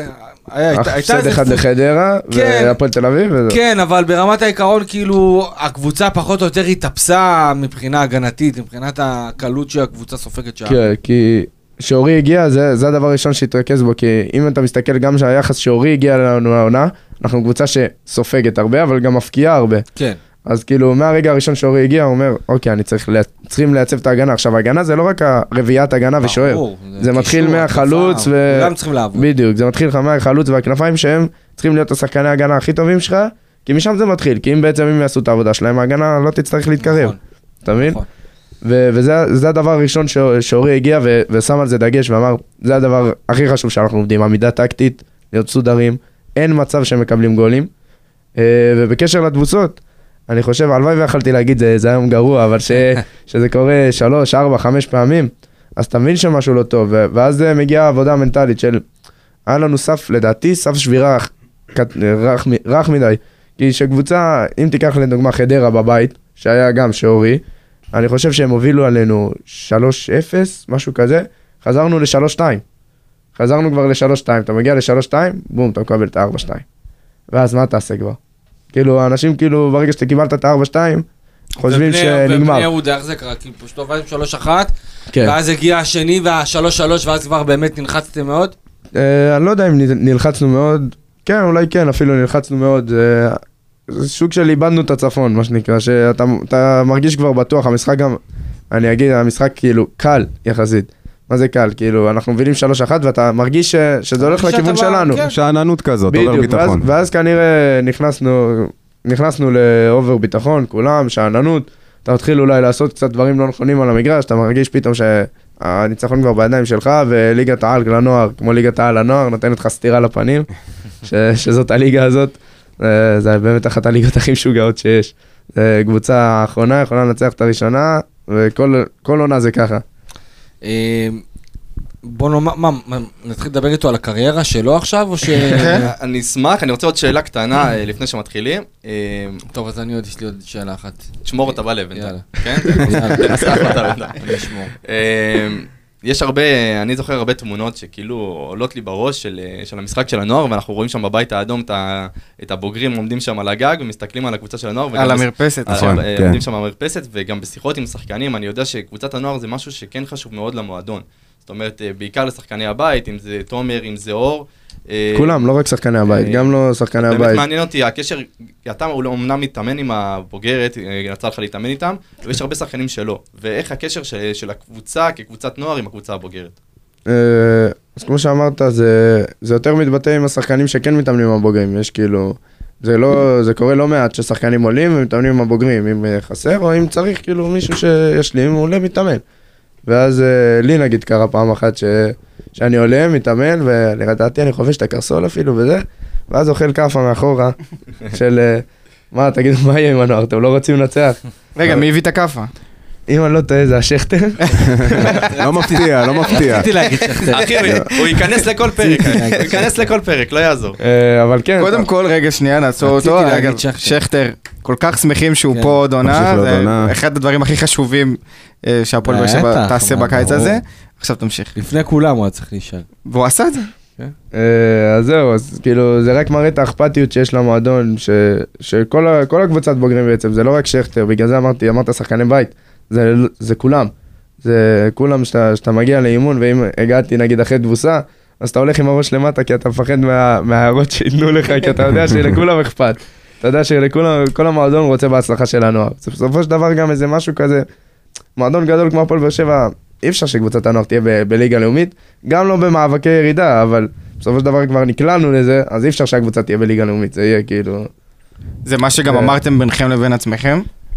הפסד אחד לחדרה, והפועל תל אביב. כן, אבל ברמת העיקרון, כאילו, הקבוצה פחות או יותר התאפסה מבחינה הגנתית, מבחינת הקלות שהקבוצה סופגת שם. כן, כי שאורי הגיע, זה הדבר הראשון שהתרכז בו, כי אם אתה מסתכל גם שהיחס שאורי הגיע לנו לעונה, אנחנו קבוצה שסופגת הרבה, אבל גם מפקיעה הרבה. כן. אז כאילו, מהרגע הראשון שאורי הגיע, הוא אומר, אוקיי, צריכים לייצב את ההגנה. עכשיו, ההגנה זה לא רק רביעיית הגנה ושוער. זה מתחיל מהחלוץ גם צריכים לעבוד. בדיוק, זה מתחיל לך מהחלוץ והכנפיים שהם צריכים להיות השחקני ההגנה הכי טובים שלך, כי משם זה מתחיל, כי אם בעצם הם יעשו את העבודה שלהם, ההגנה לא תצטרך להתקרב. אתה מבין? וזה הדבר הראשון שאורי הגיע ושם על זה דגש ואמר, זה הדבר הכי חשוב שאנחנו עובדים, עמידה טקטית, להיות סודרים, אין מצב שמקבלים גולים. ובקשר לתבוסות, אני חושב, הלוואי ויכלתי להגיד, זה היום גרוע, אבל שזה קורה 3, 4, 5 פעמים, אז תבין שמשהו לא טוב, ואז מגיעה העבודה המנטלית של, היה לנו סף, לדעתי, סף שבירה רך מדי, כי שקבוצה, אם תיקח לדוגמה חדרה בבית, שהיה גם שאורי, אני חושב שהם הובילו עלינו 3-0, משהו כזה, חזרנו ל-3-2. חזרנו כבר ל-3-2, אתה מגיע ל-3-2, בום, אתה מקבל את ה-4-2. ואז מה תעשה כבר? כאילו, האנשים כאילו, ברגע שאתה קיבלת את ה-4-2, חושבים שנגמר. ובני יהודה, איך זה קרה? כאילו, פשוט עובדים 3-1, ואז הגיע השני וה-3-3, ואז כבר באמת נלחצתם מאוד? אני לא יודע אם נלחצנו מאוד, כן, אולי כן, אפילו נלחצנו מאוד. זה שוק של איבדנו את הצפון, מה שנקרא, שאתה מרגיש כבר בטוח, המשחק גם אני אגיד, המשחק כאילו קל יחסית. מה זה קל? כאילו, אנחנו מבינים 3-1 ואתה מרגיש שזה הולך לכיוון שלנו. שאננות כזאת, עובר ביטחון. ואז כנראה נכנסנו לאובר ביטחון, כולם, שאננות. אתה מתחיל אולי לעשות קצת דברים לא נכונים על המגרש, אתה מרגיש פתאום שהניצחון כבר בידיים שלך, וליגת העל לנוער, כמו ליגת העל לנוער, נותנת לך סתירה לפנים, שזאת הליגה הזאת. זה באמת אחת הליגות הכי משוגעות שיש. קבוצה האחרונה יכולה לנצח את הראשונה, וכל עונה זה ככה. בוא נאמר, נתחיל לדבר איתו על הקריירה שלו עכשיו, או ש... אני אשמח, אני רוצה עוד שאלה קטנה לפני שמתחילים. טוב, אז אני עוד, יש לי עוד שאלה אחת. תשמור אותה בלב, יאללה. כן? תנסח אותה בלב. אני אשמור. יש הרבה, אני זוכר הרבה תמונות שכאילו עולות לי בראש של המשחק של הנוער, ואנחנו רואים שם בבית האדום את הבוגרים עומדים שם על הגג ומסתכלים על הקבוצה של הנוער. על המרפסת. עומדים שם על המרפסת, וגם בשיחות עם שחקנים, אני יודע שקבוצת הנוער זה משהו שכן חשוב מאוד למועדון. זאת אומרת, בעיקר לשחקני הבית, אם זה תומר, אם זה אור. כולם, לא רק שחקני הבית, גם לא שחקני הבית. באמת מעניין אותי, הקשר, אתה אומנם מתאמן עם הבוגרת, יצא לך להתאמן איתם, ויש הרבה שחקנים שלו. ואיך הקשר של הקבוצה כקבוצת נוער עם הקבוצה הבוגרת? אז כמו שאמרת, זה יותר מתבטא עם השחקנים שכן מתאמנים עם הבוגרים. יש כאילו, זה קורה לא מעט ששחקנים עולים ומתאמנים עם הבוגרים, אם חסר או אם צריך כאילו מישהו שישלים, הוא עולה מתאמן. ואז לי נגיד קרה פעם אחת שאני עולה, מתאמן, ולדעתי אני חובש את הקרסול אפילו וזה, ואז אוכל קפה מאחורה של, מה, תגידו, מה יהיה עם הנוער? אתם לא רוצים לנצח? רגע, מי הביא את הקפה? אם אני לא טועה, זה השכטר. לא מפתיע, לא מפתיע. רציתי להגיד שכתר. אחי, הוא ייכנס לכל פרק, הוא ייכנס לכל פרק, לא יעזור. אבל כן. קודם כל, רגע, שנייה, נעצור אותו. רציתי להגיד אגב, שכטר. שכטר, כל כך שמחים שהוא פה עוד עונה, ממשיך לעוד זה עונה. אחד הדברים הכי חשובים שהפועל באר שבע בטח, תעשה אבל בקיץ ברור. הזה. עכשיו תמשיך. לפני כולם הוא היה צריך להישאר. והוא עשה את זה. אז זהו, אז כאילו זה רק מראה את האכפתיות שיש למועדון, שכל הקבוצת בוגרים בעצם, זה לא רק שכטר, בגלל זה אמרת שחקני בית, זה כולם. זה כולם שאתה מגיע לאימון, ואם הגעתי נגיד אחרי תבוסה, אז אתה הולך עם הראש למטה, כי אתה מפחד מההערות שיתנו לך, כי אתה יודע שלכולם אכפת. אתה יודע שכל המועדון רוצה בהצלחה של הנוער. זה בסופו של דבר גם איזה משהו כזה, מועדון גדול כמו הפועל באר שבע, אי אפשר שקבוצת הנוער תהיה בליגה לאומית, גם לא במאבקי ירידה, אבל בסופו של דבר כבר נקלענו לזה, אז אי אפשר שהקבוצה תהיה בליגה לאומית, זה יהיה כאילו... זה מה שגם אמרתם ביניכם לבין עצמכם?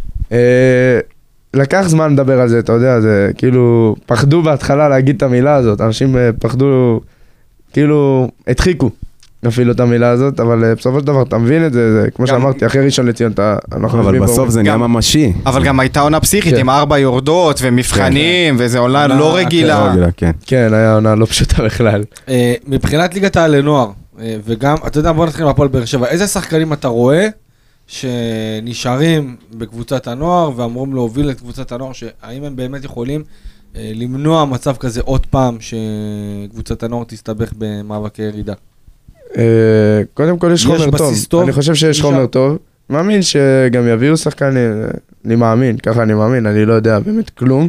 לקח זמן לדבר על זה, אתה יודע, זה כאילו, פחדו בהתחלה להגיד את המילה הזאת, אנשים פחדו, כאילו, הדחיקו אפילו את המילה הזאת, אבל בסופו של דבר, אתה מבין את זה, זה כמו שאמרתי, אחרי ראשון לציון, אבל בסוף זה נהיה ממשי. אבל גם הייתה עונה פסיכית עם 4 יורדות ומבחנים, וזה עונה לא רגילה. כן, היה עונה לא פשוטה בכלל. מבחינת ליגת העל לנוער, וגם, אתה יודע, בוא נתחיל מהפועל באר שבע, איזה שחקנים אתה רואה שנשארים בקבוצת הנוער ואמורים להוביל את קבוצת הנוער, שהאם הם באמת יכולים למנוע מצב כזה עוד פעם שקבוצת הנוער תסתבך במאבקי ירידה? קודם כל יש חומר טוב, אני חושב שיש חומר טוב, מאמין שגם יביאו שחקנים, אני מאמין, ככה אני מאמין, אני לא יודע באמת כלום,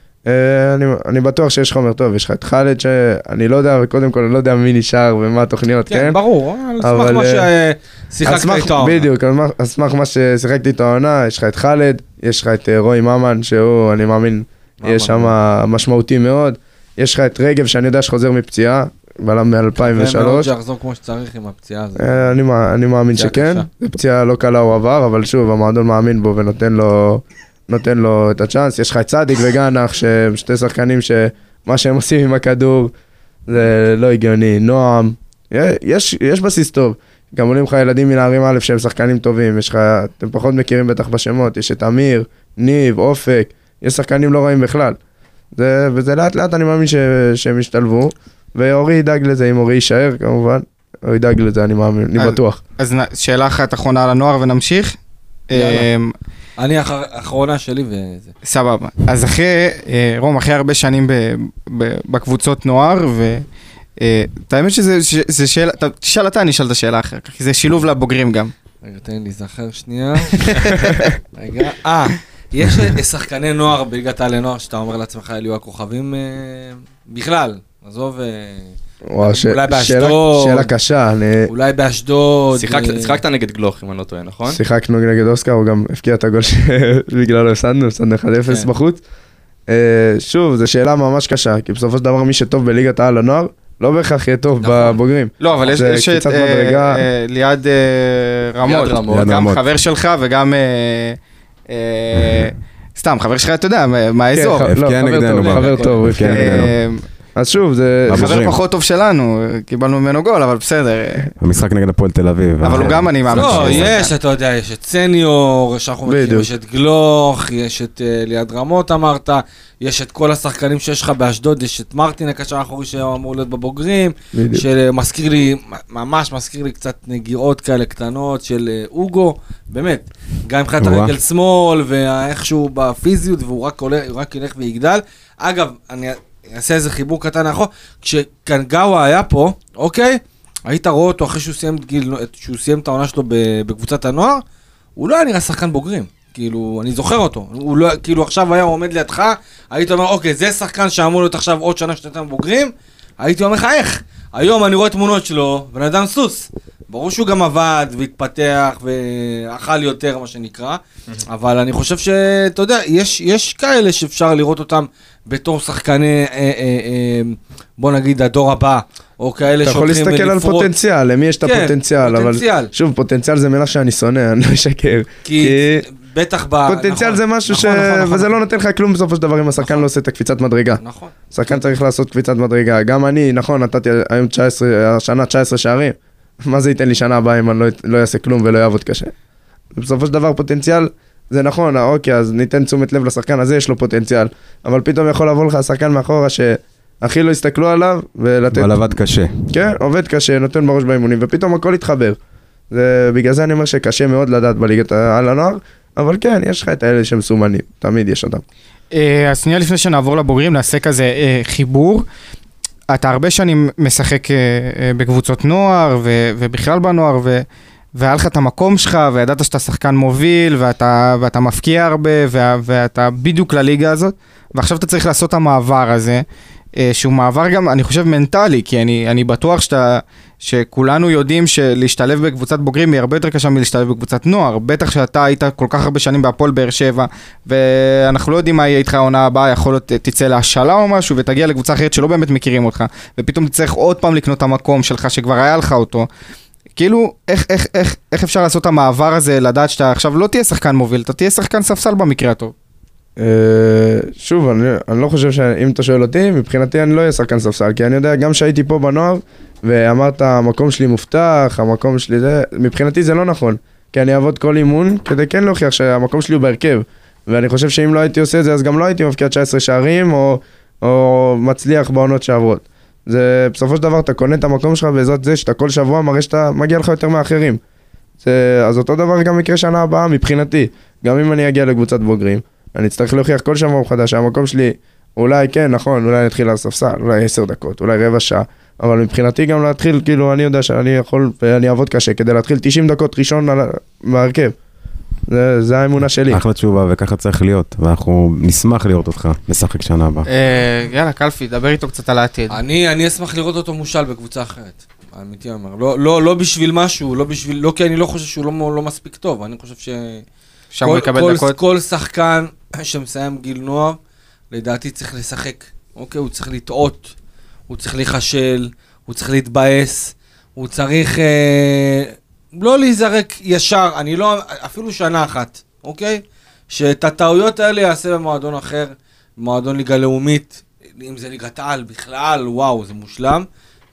אני בטוח שיש חומר טוב, יש לך את חלד שאני לא יודע, קודם כל אני לא יודע מי נשאר ומה התוכניות, כן? כן, ברור, על סמך מה ששיחקת איתו העונה. בדיוק, על סמך מה ששיחקתי איתו העונה, יש לך את חלד, יש לך את רועי ממן, שהוא, אני מאמין, יהיה שם משמעותי מאוד, יש לך את רגב שאני יודע שחוזר מפציעה, בלם מ-2003. ומאוד שיחזור כמו שצריך עם הפציעה הזאת. אני מאמין שכן, זו פציעה לא קלה הוא עבר, אבל שוב, המועדון מאמין בו ונותן לו את הצ'אנס. יש לך את צדיק וגנח, שהם שתי שחקנים שמה שהם עושים עם הכדור, זה לא הגיוני. נועם, יש בסיס טוב. גם עולים לך ילדים מנערים א' שהם שחקנים טובים, אתם פחות מכירים בטח בשמות, יש את אמיר, ניב, אופק, יש שחקנים לא רעים בכלל. וזה לאט לאט אני מאמין שהם ישתלבו. ואורי ידאג לזה, אם אורי יישאר כמובן, הוא ידאג לזה, אני מאמין, אני בטוח. אז שאלה אחת אחרונה על הנוער ונמשיך. אני האחרונה שלי וזה. סבבה. אז רום, אחרי הרבה שנים בקבוצות נוער, האמת שזה שאלה, תשאל אתה, אני אשאל את השאלה אחר כך, כי זה שילוב לבוגרים גם. רגע, תן לי זכר שנייה. רגע, יש שחקני נוער בליגת העל לנוער, שאתה אומר לעצמך, אלו הכוכבים בכלל. עזוב, אולי באשדוד. שאלה קשה. אולי באשדוד. שיחקת נגד גלוך, אם אני לא טועה, נכון? שיחקנו נגד אוסקר, הוא גם הפקיע את הגול שבגללו הפסדנו 1-0 בחוץ. שוב, זו שאלה ממש קשה, כי בסופו של דבר מי שטוב בליגת העל הנוער, לא בהכרח יהיה טוב בבוגרים. לא, אבל יש את ליעד רמות, גם חבר שלך וגם סתם, חבר שלך, אתה יודע, מהאזור. חבר טוב, אז שוב, זה חבר פחות טוב שלנו, קיבלנו ממנו גול, אבל בסדר. המשחק נגד הפועל תל אביב. אבל הוא גם אני מאמין. לא, יש, אתה יודע, יש את סניור, שאנחנו מכירים, יש את גלוך, יש את ליעד רמות אמרת, יש את כל השחקנים שיש לך באשדוד, יש את מרטין הקשר האחורי שאמור להיות בבוגרים, שמזכיר לי, ממש מזכיר לי קצת נגיעות כאלה קטנות של אוגו, באמת, גם עם חלת הרגל שמאל, ואיכשהו בפיזיות, והוא רק ילך ויגדל. אגב, אני אעשה איזה חיבור קטן האחור, כשקנגאווה היה פה, אוקיי? היית רואה אותו אחרי שהוא סיים את העונה שלו בקבוצת הנוער, הוא לא היה נראה שחקן בוגרים. כאילו, אני זוכר אותו. הוא לא, כאילו עכשיו היה עומד לידך, היית אומר, אוקיי, זה שחקן שאמור להיות עכשיו עוד שנה שנתיים בוגרים, הייתי אומר לך, איך? היום אני רואה תמונות שלו, בן אדם סוס. ברור שהוא גם עבד והתפתח ואכל יותר, מה שנקרא, אבל אני חושב שאתה יודע, יש כאלה שאפשר לראות אותם בתור שחקני, בוא נגיד, הדור הבא, או כאלה שהולכים ולפרות. אתה יכול להסתכל על פוטנציאל, למי יש את הפוטנציאל, אבל שוב, פוטנציאל זה מילה שאני שונא, אני לא אשקר. כי בטח פוטנציאל זה משהו וזה לא נותן לך כלום בסופו של דבר אם השחקן לא עושה את הקפיצת מדרגה. נכון. השחקן צריך לעשות קפיצת מדרגה. גם אני, נכון, נתתי היום השנה 19 שערים. מה זה ייתן לי שנה הבאה אם אני לא אעשה כלום ולא יעבוד קשה? בסופו של דבר פוטנציאל, זה נכון, אוקיי, אז ניתן תשומת לב לשחקן הזה, יש לו פוטנציאל. אבל פתאום יכול לבוא לך השחקן מאחורה שהכי לא יסתכלו עליו ולתת... אבל עבד קשה. כן, עובד קשה, נותן בראש באימונים, ופתאום הכל יתחבר. בגלל זה אני אומר שקשה מאוד לדעת בליגת העל הנוער, אבל כן, יש לך את האלה שמסומנים, תמיד יש אותם. אז שנייה לפני שנעבור לבוגרים, נעשה כזה חיבור. אתה הרבה שנים משחק בקבוצות נוער ובכלל בנוער, והיה לך את המקום שלך, וידעת שאתה שחקן מוביל, ואתה מפקיע הרבה, ואתה בדיוק לליגה הזאת, ועכשיו אתה צריך לעשות את המעבר הזה, שהוא מעבר גם, אני חושב, מנטלי, כי אני בטוח שכולנו יודעים שלהשתלב בקבוצת בוגרים היא הרבה יותר קשה מלהשתלב בקבוצת נוער, בטח שאתה היית כל כך הרבה שנים בהפועל באר שבע, ואנחנו לא יודעים מה יהיה איתך העונה הבאה, יכול להיות תצא להשאלה או משהו, ותגיע לקבוצה אחרת שלא באמת מכירים אותך, ופתאום תצטרך עוד פעם לקנות את המקום שלך, שכבר היה לך אותו. כאילו, איך אפשר לעשות את המעבר הזה, לדעת שאתה עכשיו לא תהיה שחקן מוביל, אתה תהיה שחקן ספסל במקרה הטוב? שוב, אני לא חושב שאם אתה שואל אותי, מבחינתי אני לא אהיה שחקן ספסל, כי אני יודע, גם שהייתי פה בנוער, ואמרת, המקום שלי מובטח, המקום שלי זה, מבחינתי זה לא נכון, כי אני אעבוד כל אימון, כדי כן להוכיח שהמקום שלי הוא בהרכב, ואני חושב שאם לא הייתי עושה את זה, אז גם לא הייתי מבקיע 19 שערים, או מצליח בעונות שעברות. זה, בסופו של דבר, אתה קונה את המקום שלך, בעזרת זה שאתה כל שבוע מראה שאתה מגיע לך יותר מאחרים. אז אותו דבר גם יקרה שנה הבאה, מבחינתי, גם אם אני אגיע לקבוצת בוגרים, אני אצטרך להוכיח כל שבוע חדש, שהמקום שלי אולי כן, נכון, אולי נתחיל על ספסל, אולי 10 דקות, אולי רבע שעה, אבל מבחינתי גם להתחיל, כאילו, אני יודע שאני יכול, ואני אעבוד קשה, כדי להתחיל 90 דקות ראשון מהרכב. זה האמונה שלי. אחלה תשובה, וככה צריך להיות, ואנחנו נשמח לראות אותך משחק שנה הבאה. יאללה, קלפי, דבר איתו קצת על העתיד. אני אשמח לראות אותו מושל בקבוצה אחרת. האמיתי אומר. לא בשביל משהו, לא כי אני לא חושב שהוא לא מספיק טוב, אני חושב כל שחקן שמסיים גיל נוער, לדעתי צריך לשחק, אוקיי? הוא צריך לטעות, הוא צריך להיחשל, הוא צריך להתבאס, הוא צריך לא להיזרק ישר, אני לא, אפילו שנה אחת, אוקיי? שאת הטעויות האלה יעשה במועדון אחר, במועדון ליגה לאומית, אם זה ליגת העל בכלל, וואו, זה מושלם.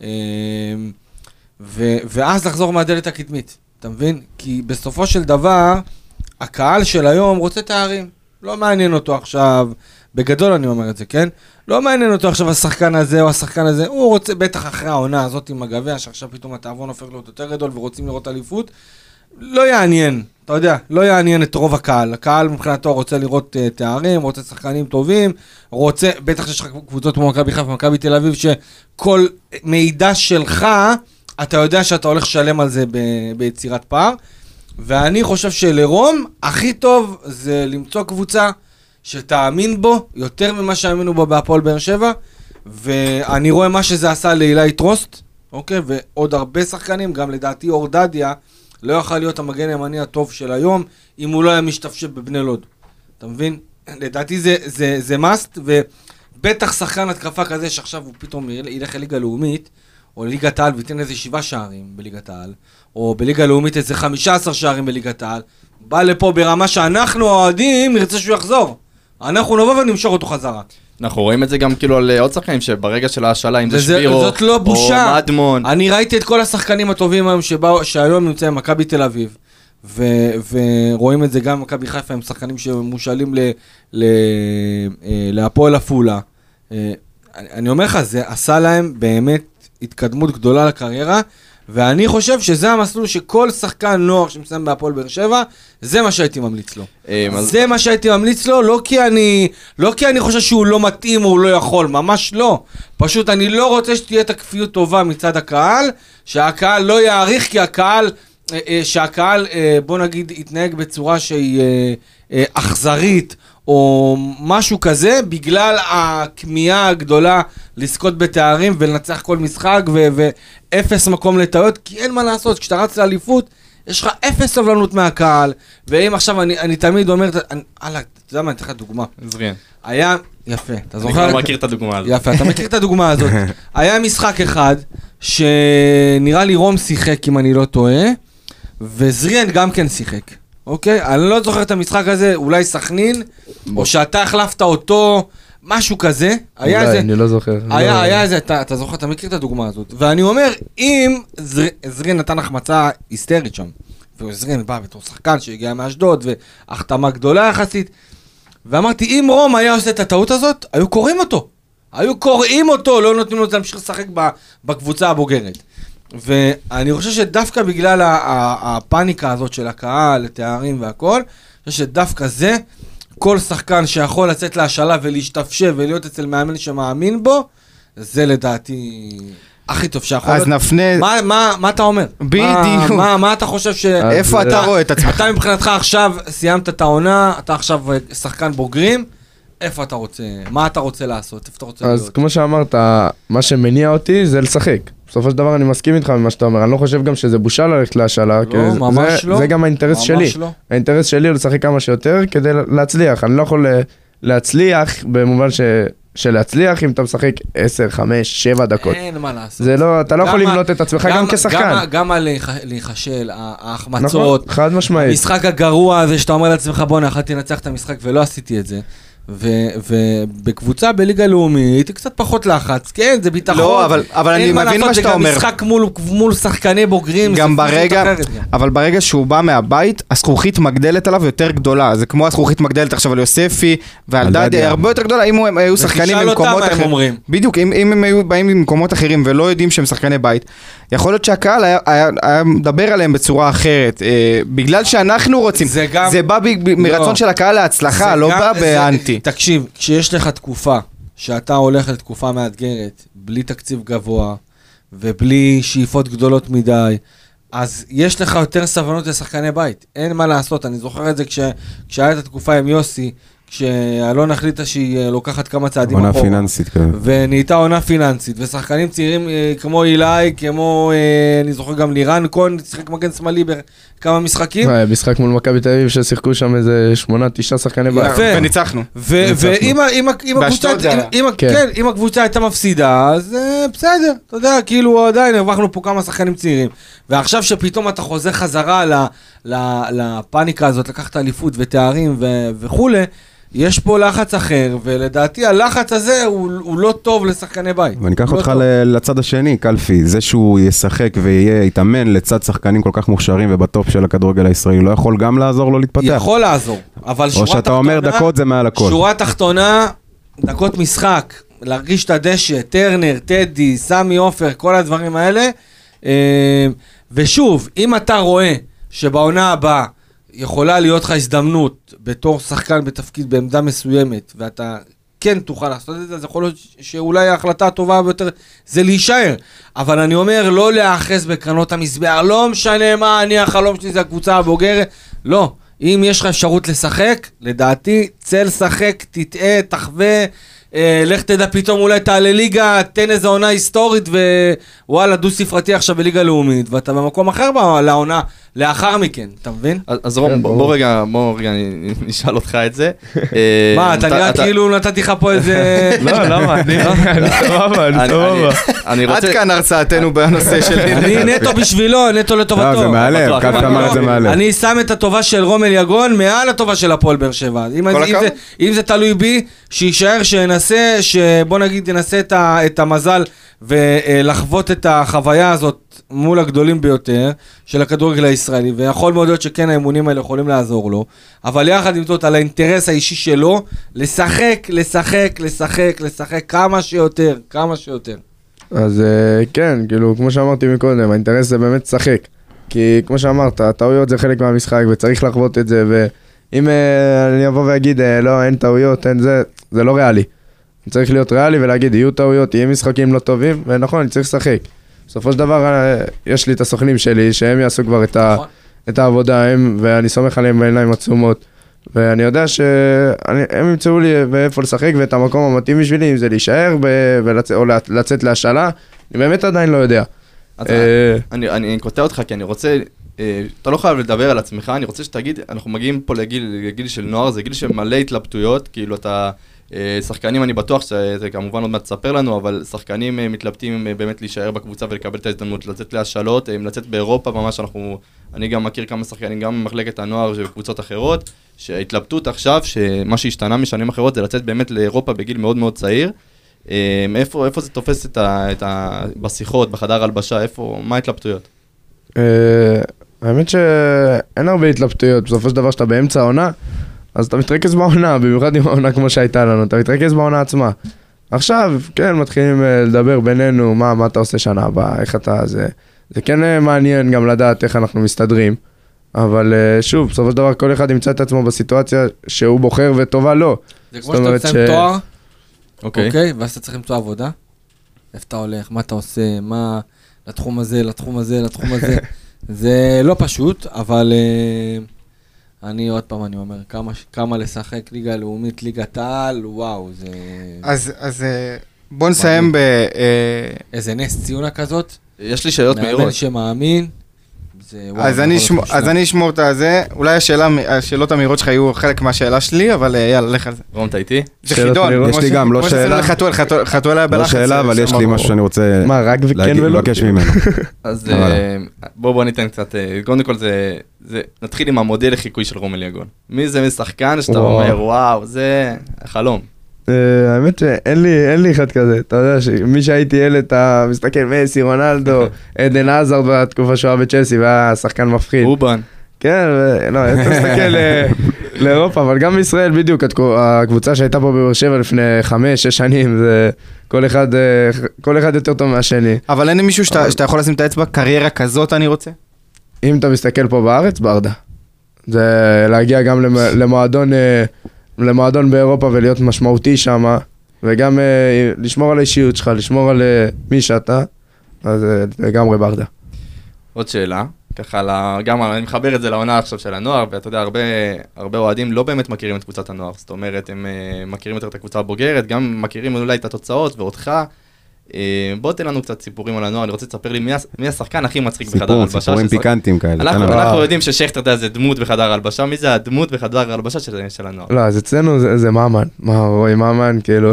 ואז לחזור מהדלת הקדמית, אתה מבין? כי בסופו של דבר, הקהל של היום רוצה תארים. לא מעניין אותו עכשיו, בגדול אני אומר את זה, כן? לא מעניין אותו עכשיו השחקן הזה או השחקן הזה, הוא רוצה בטח אחרי העונה הזאת עם הגביע, שעכשיו פתאום התאבון הופך להיות יותר גדול ורוצים לראות אליפות. לא יעניין, אתה יודע, לא יעניין את רוב הקהל. הקהל מבחינתו רוצה לראות תארים, רוצה שחקנים טובים, רוצה, בטח שיש לך קבוצות כמו מכבי חיפה ומכבי תל אביב, שכל מידע שלך, אתה יודע שאתה הולך לשלם על זה ביצירת פער. ואני חושב שלרום, הכי טוב זה למצוא קבוצה שתאמין בו, יותר ממה שהאמינו בו בהפועל באר שבע, ואני רואה מה שזה עשה לאילי טרוסט, אוקיי? ועוד הרבה שחקנים, גם לדעתי אורדדיה, לא יוכל להיות המגן הימני הטוב של היום, אם הוא לא היה משתפשף בבני לוד. אתה מבין? לדעתי זה must, ובטח שחקן התקפה כזה שעכשיו הוא פתאום ילך לליגה לאומית, או לליגת העל ויתן איזה 7 שערים בליגת העל, או בליגה לאומית איזה 15 שערים בליגת העל, בא לפה ברמה שאנחנו האוהדים נרצה שהוא יחזור. אנחנו נבוא ונמשוך אותו חזרה. אנחנו רואים את זה גם כאילו על עוד שחקנים שברגע של ההשאלה, אם זה שבירו, זאת לא בושה. או מדמון. אני ראיתי את כל השחקנים הטובים היום שהיום נמצאים מכבי תל אביב, ורואים את זה גם מכבי חיפה, הם שחקנים שמושאלים להפועל עפולה. אני אומר לך, זה עשה להם באמת התקדמות גדולה לקריירה, ואני חושב שזה המסלול שכל שחקן נוער שמסיים בהפועל באר שבע, זה מה שהייתי ממליץ לו. זה מה שהייתי ממליץ לו, לא כי אני חושב שהוא לא מתאים או הוא לא יכול, ממש לא. פשוט אני לא רוצה שתהיה תקפיות טובה מצד הקהל, שהקהל לא יעריך, כי שהקהל, בוא נגיד, יתנהג בצורה שהיא אכזרית, או משהו כזה, בגלל הכמיהה הגדולה לזכות בתארים ולנצח כל משחק, ואפס מקום לטעויות, כי אין מה לעשות, כשאתה רץ לאליפות, יש לך אפס סבלנות מהקהל, ואם עכשיו אני תמיד אומר, אתה יודע מה, אני אתן לך דוגמה. זריאן. היה, יפה, אתה זוכר? אני כבר מכיר את הדוגמה הזאת. יפה, אתה מכיר את הדוגמה הזאת. היה משחק אחד, שנראה לי רום שיחק, אם אני לא טועה, וזריאן גם כן שיחק. אוקיי? אני לא זוכר את המשחק הזה, אולי סכנין, או שאתה החלפת אותו, משהו כזה. אולי, אני לא זוכר. היה איזה, אתה זוכר, אתה מכיר את הדוגמה הזאת. ואני אומר, אם זריאן נתן החמצה היסטרית שם, וזריאן בא בתור שחקן שהגיע מאשדוד, והחתמה גדולה יחסית, ואמרתי, אם רום היה עושה את הטעות הזאת, היו קוראים אותו, לא נותנים לו להמשיך לשחק בקבוצה הבוגרת. ואני חושב שדווקא בגלל הפאניקה הזאת של הקהל, התארים והכל, אני חושב שדווקא זה, כל שחקן שיכול לצאת להשאלה ולהשתפשב ולהיות אצל מאמן שמאמין בו, זה לדעתי הכי טוב שיכול להיות. אז נפנה... מה אתה אומר? בדיוק. מה אתה חושב איפה אתה רואה את עצמך? אתה מבחינתך עכשיו סיימת את העונה, אתה עכשיו שחקן בוגרים, איפה אתה רוצה, מה אתה רוצה לעשות, איפה אתה רוצה להיות? אז כמו שאמרת, מה שמניע אותי זה לשחק. בסופו של דבר אני מסכים איתך ממה שאתה אומר, אני לא חושב גם שזה בושה ללכת להשאלה, לא, ממש לא. זה גם האינטרס שלי. לא. האינטרס שלי הוא לשחק כמה שיותר כדי להצליח. אני לא יכול להצליח במובן שלהצליח אם אתה משחק 10, 5, 7 דקות. אין מה לעשות. זה לא, אתה לא יכול לבנות את עצמך גם כשחקן. גם על להיחשל, ההחמצות, נכון, חד משמעית. המשחק הגרוע הזה שאתה אומר לעצמך, בוא יכולתי לנצח את המשחק ולא עשיתי את זה. ובקבוצה בליגה לאומית היא קצת פחות לחץ, כן, זה ביטחון. לא, אבל אני מבין מה שאתה אומר. זה גם משחק מול שחקני בוגרים. גם אבל ברגע שהוא בא מהבית, הזכוכית מגדלת עליו יותר גדולה. זה כמו הזכוכית מגדלת עכשיו על יוספי ועל דדי, הרבה יותר גדולה. אם הם היו שחקנים במקומות אחרים. בדיוק, אם הם היו באים ממקומות אחרים ולא יודעים שהם שחקני בית, יכול להיות שהקהל היה מדבר עליהם בצורה אחרת. בגלל שאנחנו רוצים. זה בא מרצון של הקהל להצלחה, לא בא באנטי. תקשיב, כשיש לך תקופה, שאתה הולך לתקופה מאתגרת, בלי תקציב גבוה, ובלי שאיפות גדולות מדי, אז יש לך יותר סבלנות לשחקני בית. אין מה לעשות, אני זוכר את זה כשהיה את התקופה עם יוסי, כשאלון החליטה שהיא לוקחת כמה צעדים עונה פיננסית, כן. ונהייתה עונה פיננסית, ושחקנים צעירים כמו אילי, כמו, אני זוכר גם לירן כהן, שיחק מגן שמאלי בכמה משחקים. משחק מול מכבי תל אביב ששיחקו שם איזה 8-9 שחקני בית. וניצחנו. ואם הקבוצה הייתה מפסידה, אז בסדר, אתה יודע, כאילו עדיין הרווחנו פה כמה שחקנים צעירים. ועכשיו שפתאום אתה חוזר חזרה לפאניקה הזאת, לקחת אליפות ותארים וכולי, יש פה לחץ אחר, ולדעתי הלחץ הזה הוא לא טוב לשחקני בית. ואני אקח אותך לצד השני, קלפי, זה שהוא ישחק ויהיה יתאמן לצד שחקנים כל כך מוכשרים ובטופ של הכדורגל הישראלי, לא יכול גם לעזור לו להתפתח? יכול לעזור, אבל שורה תחתונה... או שאתה אומר דקות זה מעל הכל. שורה תחתונה, דקות משחק, להרגיש את הדשא, טרנר, טדי, סמי אופר, כל הדברים האלה, ושוב, אם אתה רואה שבעונה הבאה יכולה להיות לך הזדמנות בתור שחקן בתפקיד בעמדה מסוימת, ואתה כן תוכל לעשות את זה, אז יכול להיות שאולי ההחלטה הטובה ביותר זה להישאר. אבל אני אומר, לא להאחז בקרנות המזבח, לא משנה מה, אני החלום שלי זה הקבוצה הבוגרת, לא. אם יש לך אפשרות לשחק, לדעתי, צא לשחק, תטעה, תחווה, לך תדע פתאום אולי תעלה ליגה, תן איזו עונה היסטורית ווואלה דו ספרתי עכשיו בליגה לאומית ואתה במקום אחר לעונה לאחר מכן, אתה מבין? אז רום, בוא רגע נשאל אותך את זה. מה, אתה נראה כאילו נתתי לך פה איזה... לא, למה? אני סבבה. עד כאן הרצאתנו בנושא של... אני נטו בשבילו, נטו לטובתו. לא, זה מעלה, כף אמר את זה מעלה. אני שם את הטובה של רומל יגון מעל הטובה של הפועל באר שבע. אם זה תלוי בי, שישאר, שינסה, שבוא נגיד ינסה את המזל ולחוות את החוויה הזאת מול הגדולים ביותר של הכדורגל הישראלי, ויכול מאוד להיות שכן האימונים האלה יכולים לעזור לו, אבל יחד עם זאת על האינטרס האישי שלו, לשחק כמה שיותר. אז כן, כאילו, כמו שאמרתי מקודם, האינטרס זה באמת לשחק. כי כמו שאמרת, הטעויות זה חלק מהמשחק, וצריך לחוות את זה, ואם אני אבוא ואגיד, לא, אין טעויות, אין זה, זה לא ריאלי. צריך להיות ריאלי ולהגיד, יהיו טעויות, יהיו משחקים לא טובים, ונכון, אני צריך לשחק. בסופו של דבר, יש לי את הסוכנים שלי, שהם יעשו כבר את העבודה, ואני סומך עליהם בעיניים עצומות. ואני יודע שהם ימצאו לי ואיפה לשחק, ואת המקום המתאים בשבילי, אם זה להישאר או לצאת להשאלה, אני באמת עדיין לא יודע. אני קוטע אותך, כי אני רוצה, אתה לא חייב לדבר על עצמך, אני רוצה שתגיד, אנחנו מגיעים פה לגיל של נוער, זה גיל שמלא התלבטויות, כאילו אתה, שחקנים אני בטוח שזה כמובן עוד מעט תספר לנו, אבל שחקנים מתלבטים באמת להישאר בקבוצה ולקבל את ההזדמנות, לצאת להשאלות, לצאת באירופה, ממש אני גם מכיר כמה שחקנים, גם במחלקת הנוער ובקבוצות אחרות, שההתלבטות עכשיו, שמה שהשתנה משנים אחרות, זה לצאת באמת לאירופה בגיל מאוד מאוד צעיר. איפה זה תופס בשיחות, בחדר הלבשה, מה ההתלבטויות? האמת שאין הרבה התלבטויות, בסופו של דבר שאתה באמצע העונה, אז אתה מתרכז בעונה, במיוחד עם העונה כמו שהייתה לנו, אתה מתרכז בעונה עצמה. עכשיו, כן, מתחילים לדבר בינינו, מה אתה עושה שנה הבאה, איך אתה, זה כן מעניין גם לדעת איך אנחנו מסתדרים, אבל שוב, בסופו של דבר כל אחד ימצא את עצמו בסיטואציה שהוא בוחר וטובה לו. זה כמו שאתה מסיים תואר, אוקיי, ואז אתה צריך למצוא עבודה, איפה אתה הולך, מה אתה עושה, מה לתחום הזה, זה לא פשוט, אבל אני עוד פעם אני אומר, כמה לשחק ליגה לאומית, ליגת העל, וואו, זה... אז בוא נסיים איזה נס ציונה כזאת. יש לי שאלות מהירות. מאמן שמאמין. אז אני אשמור את זה, אולי השאלות המהירות שלך יהיו חלק מהשאלה שלי, אבל יאללה, לך על זה. רום, אתה איתי? זה חידון. יש לי גם, לא שאלה. חתואל היה בלחץ. לא שאלה, אבל יש לי משהו שאני רוצה לבקש ממנו. אז בוא ניתן קצת, קודם כל נתחיל עם המודל לחיקוי של רומל יגון. מי זה משחקן שאתה אומר, וואו, זה חלום. האמת שאין לי אחד כזה, אתה יודע שמי שהייתי ילד, אתה מסתכל מסי, רונלדו, עדן עזרד בתקופה שהוא היה בצ'לסי, והיה שחקן מפחיד. אובן. כן, לא, אתה מסתכל לאירופה, אבל גם בישראל בדיוק, הקבוצה שהייתה פה בבאר שבע לפני 5-6 שנים, זה כל אחד יותר טוב מהשני. אבל אין מישהו שאתה יכול לשים את האצבע, קריירה כזאת אני רוצה? אם אתה מסתכל פה בארץ, ברדה. זה להגיע גם למועדון באירופה ולהיות משמעותי שם, וגם לשמור על האישיות שלך, לשמור על מי שאתה, אז לגמרי ברדה. עוד שאלה, ככה, גם אני מחבר את זה לעונה עכשיו של הנוער, ואתה יודע, הרבה אוהדים לא באמת מכירים את קבוצת הנוער, זאת אומרת, הם מכירים יותר את הקבוצה הבוגרת, גם מכירים אולי את התוצאות ואותך. בוא תן לנו קצת סיפורים על הנוער, אני רוצה לספר לי מי השחקן הכי מצחיק בחדר הלבשה. סיפורים פיקנטים כאלה. אנחנו יודעים ששכטר זה דמות בחדר הלבשה, מי זה הדמות בחדר הלבשה של הנוער? לא, אז אצלנו זה מאמן, רועי מאמן, כאילו,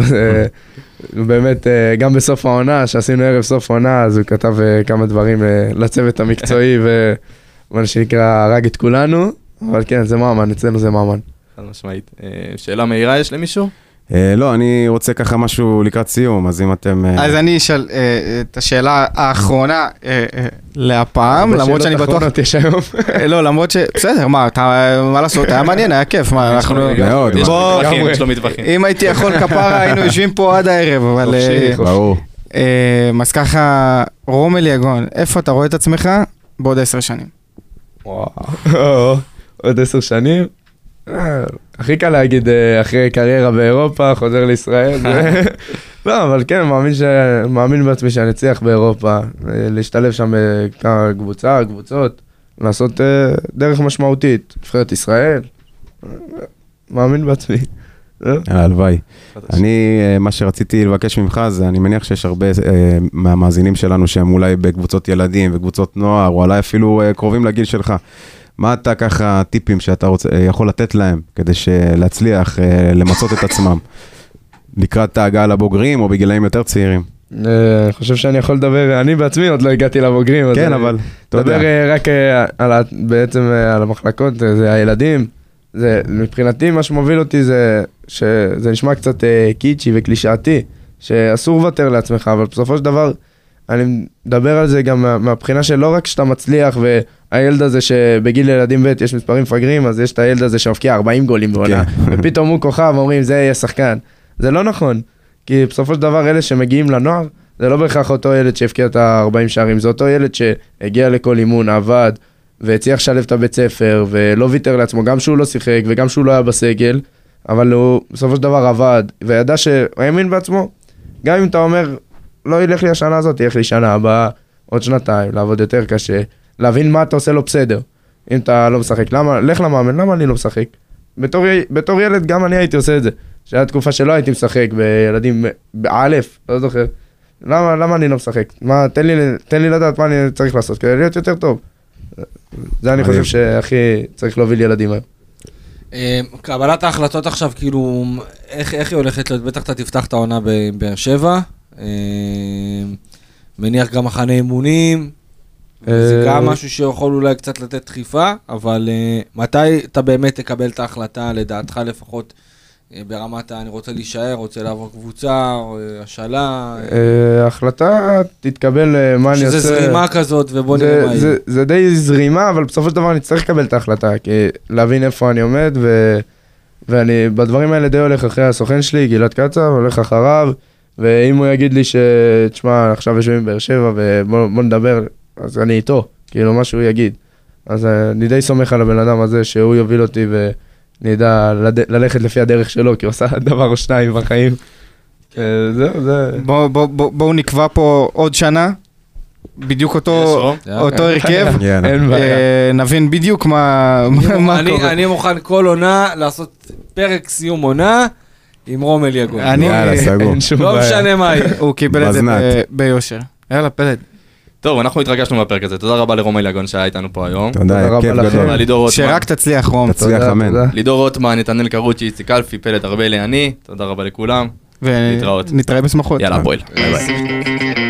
באמת, גם בסוף העונה, שעשינו ערב סוף העונה, אז הוא כתב כמה דברים לצוות המקצועי, ומה שנקרא, הרג את כולנו, אבל כן, זה מאמן, אצלנו זה מאמן. חד משמעית. שאלה מהירה יש למישהו? לא, אני רוצה ככה משהו לקראת סיום, אז אם אתם... אז אני אשאל את השאלה האחרונה להפעם, למרות שאני בטוח... השאלות האחרונות יש היום. לא, למרות ש... בסדר, מה לעשות, היה מעניין, היה כיף, מה, אנחנו... יש לו מטווחים. אם הייתי יכול כפרה, היינו יושבים פה עד הערב, אבל... ברור. אז ככה, רומל יגון, איפה אתה רואה את עצמך בעוד 10 שנים? וואו, עוד 10 שנים? הכי קל להגיד אחרי קריירה באירופה, חוזר לישראל. לא, אבל כן, מאמין בעצמי שאני אצליח באירופה, להשתלב שם קבוצות, לעשות דרך משמעותית, נבחרת ישראל. מאמין בעצמי. הלוואי. אני, מה שרציתי לבקש ממך זה, אני מניח שיש הרבה מהמאזינים שלנו שהם אולי בקבוצות ילדים וקבוצות נוער, או אולי אפילו קרובים לגיל שלך. מה אתה ככה טיפים שאתה יכול לתת להם כדי להצליח למצות את עצמם? לקראת ההגעה לבוגרים או בגילאים יותר צעירים? אני חושב שאני יכול לדבר, אני בעצמי עוד לא הגעתי לבוגרים. כן, אבל אתה יודע. לדבר רק בעצם על המחלקות, זה הילדים. מבחינתי מה שמוביל אותי זה שזה נשמע קצת קיצ'י וקלישאתי, שאסור לוותר לעצמך, אבל בסופו של דבר אני מדבר על זה גם מהבחינה שלא רק שאתה מצליח והילד הזה שבגיל ילדים ב' יש מספרים מפגרים, אז יש את הילד הזה שמפקיע 40 גולים בעונה, ופתאום הוא כוכב ואומרים זה יהיה שחקן. זה לא נכון, כי בסופו של דבר אלה שמגיעים לנוער, זה לא בהכרח אותו ילד שהפקיע את ה-40 שערים, זה אותו ילד שהגיע לכל אימון, עבד, והצליח לשלב את הבית ספר, ולא ויתר לעצמו, גם שהוא לא שיחק וגם שהוא לא היה בסגל, אבל הוא בסופו של דבר עבד, וידע שהוא האמין בעצמו, גם אם אתה אומר, לא ילך לי השנה הזאת, ילך לי שנה הבאה, עוד שנתיים, לעבוד יותר קשה, להבין מה אתה עושה לו בסדר. אם אתה לא משחק, לך למאמן, למה אני לא משחק? בתור ילד גם אני הייתי עושה את זה, שהיה תקופה שלא הייתי משחק בילדים באלף, לא זוכר. למה אני לא משחק? תן לי לדעת מה אני צריך לעשות, כדי להיות יותר טוב. זה אני חושב שהכי צריך להוביל ילדים היום. קבלת ההחלטות עכשיו, כאילו, איך היא הולכת להיות? בטח אתה תפתח את העונה בבאר שבע, מניח גם מחנה אימונים, זה גם משהו שיכול אולי קצת לתת דחיפה, אבל מתי אתה באמת תקבל את ההחלטה, לדעתך לפחות, ברמת אני רוצה להישאר, רוצה לעבור קבוצה, או השאלה? ההחלטה תתקבל מה אני עושה. שזה זרימה כזאת, ובוא נראה מה יהיה. זה די זרימה, אבל בסופו של דבר אני צריך לקבל את ההחלטה, כי להבין איפה אני עומד, ואני בדברים האלה די הולך אחרי הסוכן שלי, גלעד קצב, הולך אחריו, ואם הוא יגיד לי שתשמע, עכשיו יושבים בבאר שבע, ובוא נדבר, אז אני איתו, כאילו מה שהוא יגיד. אז אני די סומך על הבן אדם הזה, שהוא יוביל אותי נדע ללכת לפי הדרך שלו, כי הוא עושה דבר או שניים בחיים. זהו, זה... בואו נקבע פה עוד שנה, בדיוק אותו הרכב, נבין בדיוק מה קורה. אני מוכן כל עונה לעשות פרק סיום עונה עם רומל יגון. לא משנה מה יהיה. הוא קיבל את זה ביושר. יאללה, פלד. טוב, אנחנו התרגשנו מהפרק הזה. תודה רבה לרומל יגון שהיה איתנו פה היום. תודה, כיף גדול. שרק תצליח, רום. תצליח, אמן. לידור רוטמן, נתנאל קרוצ'י, איציק אלפי, פלד ארבלי, אני. תודה רבה לכולם. ונתראה בשמחות. יאללה, הפועל. ביי ביי.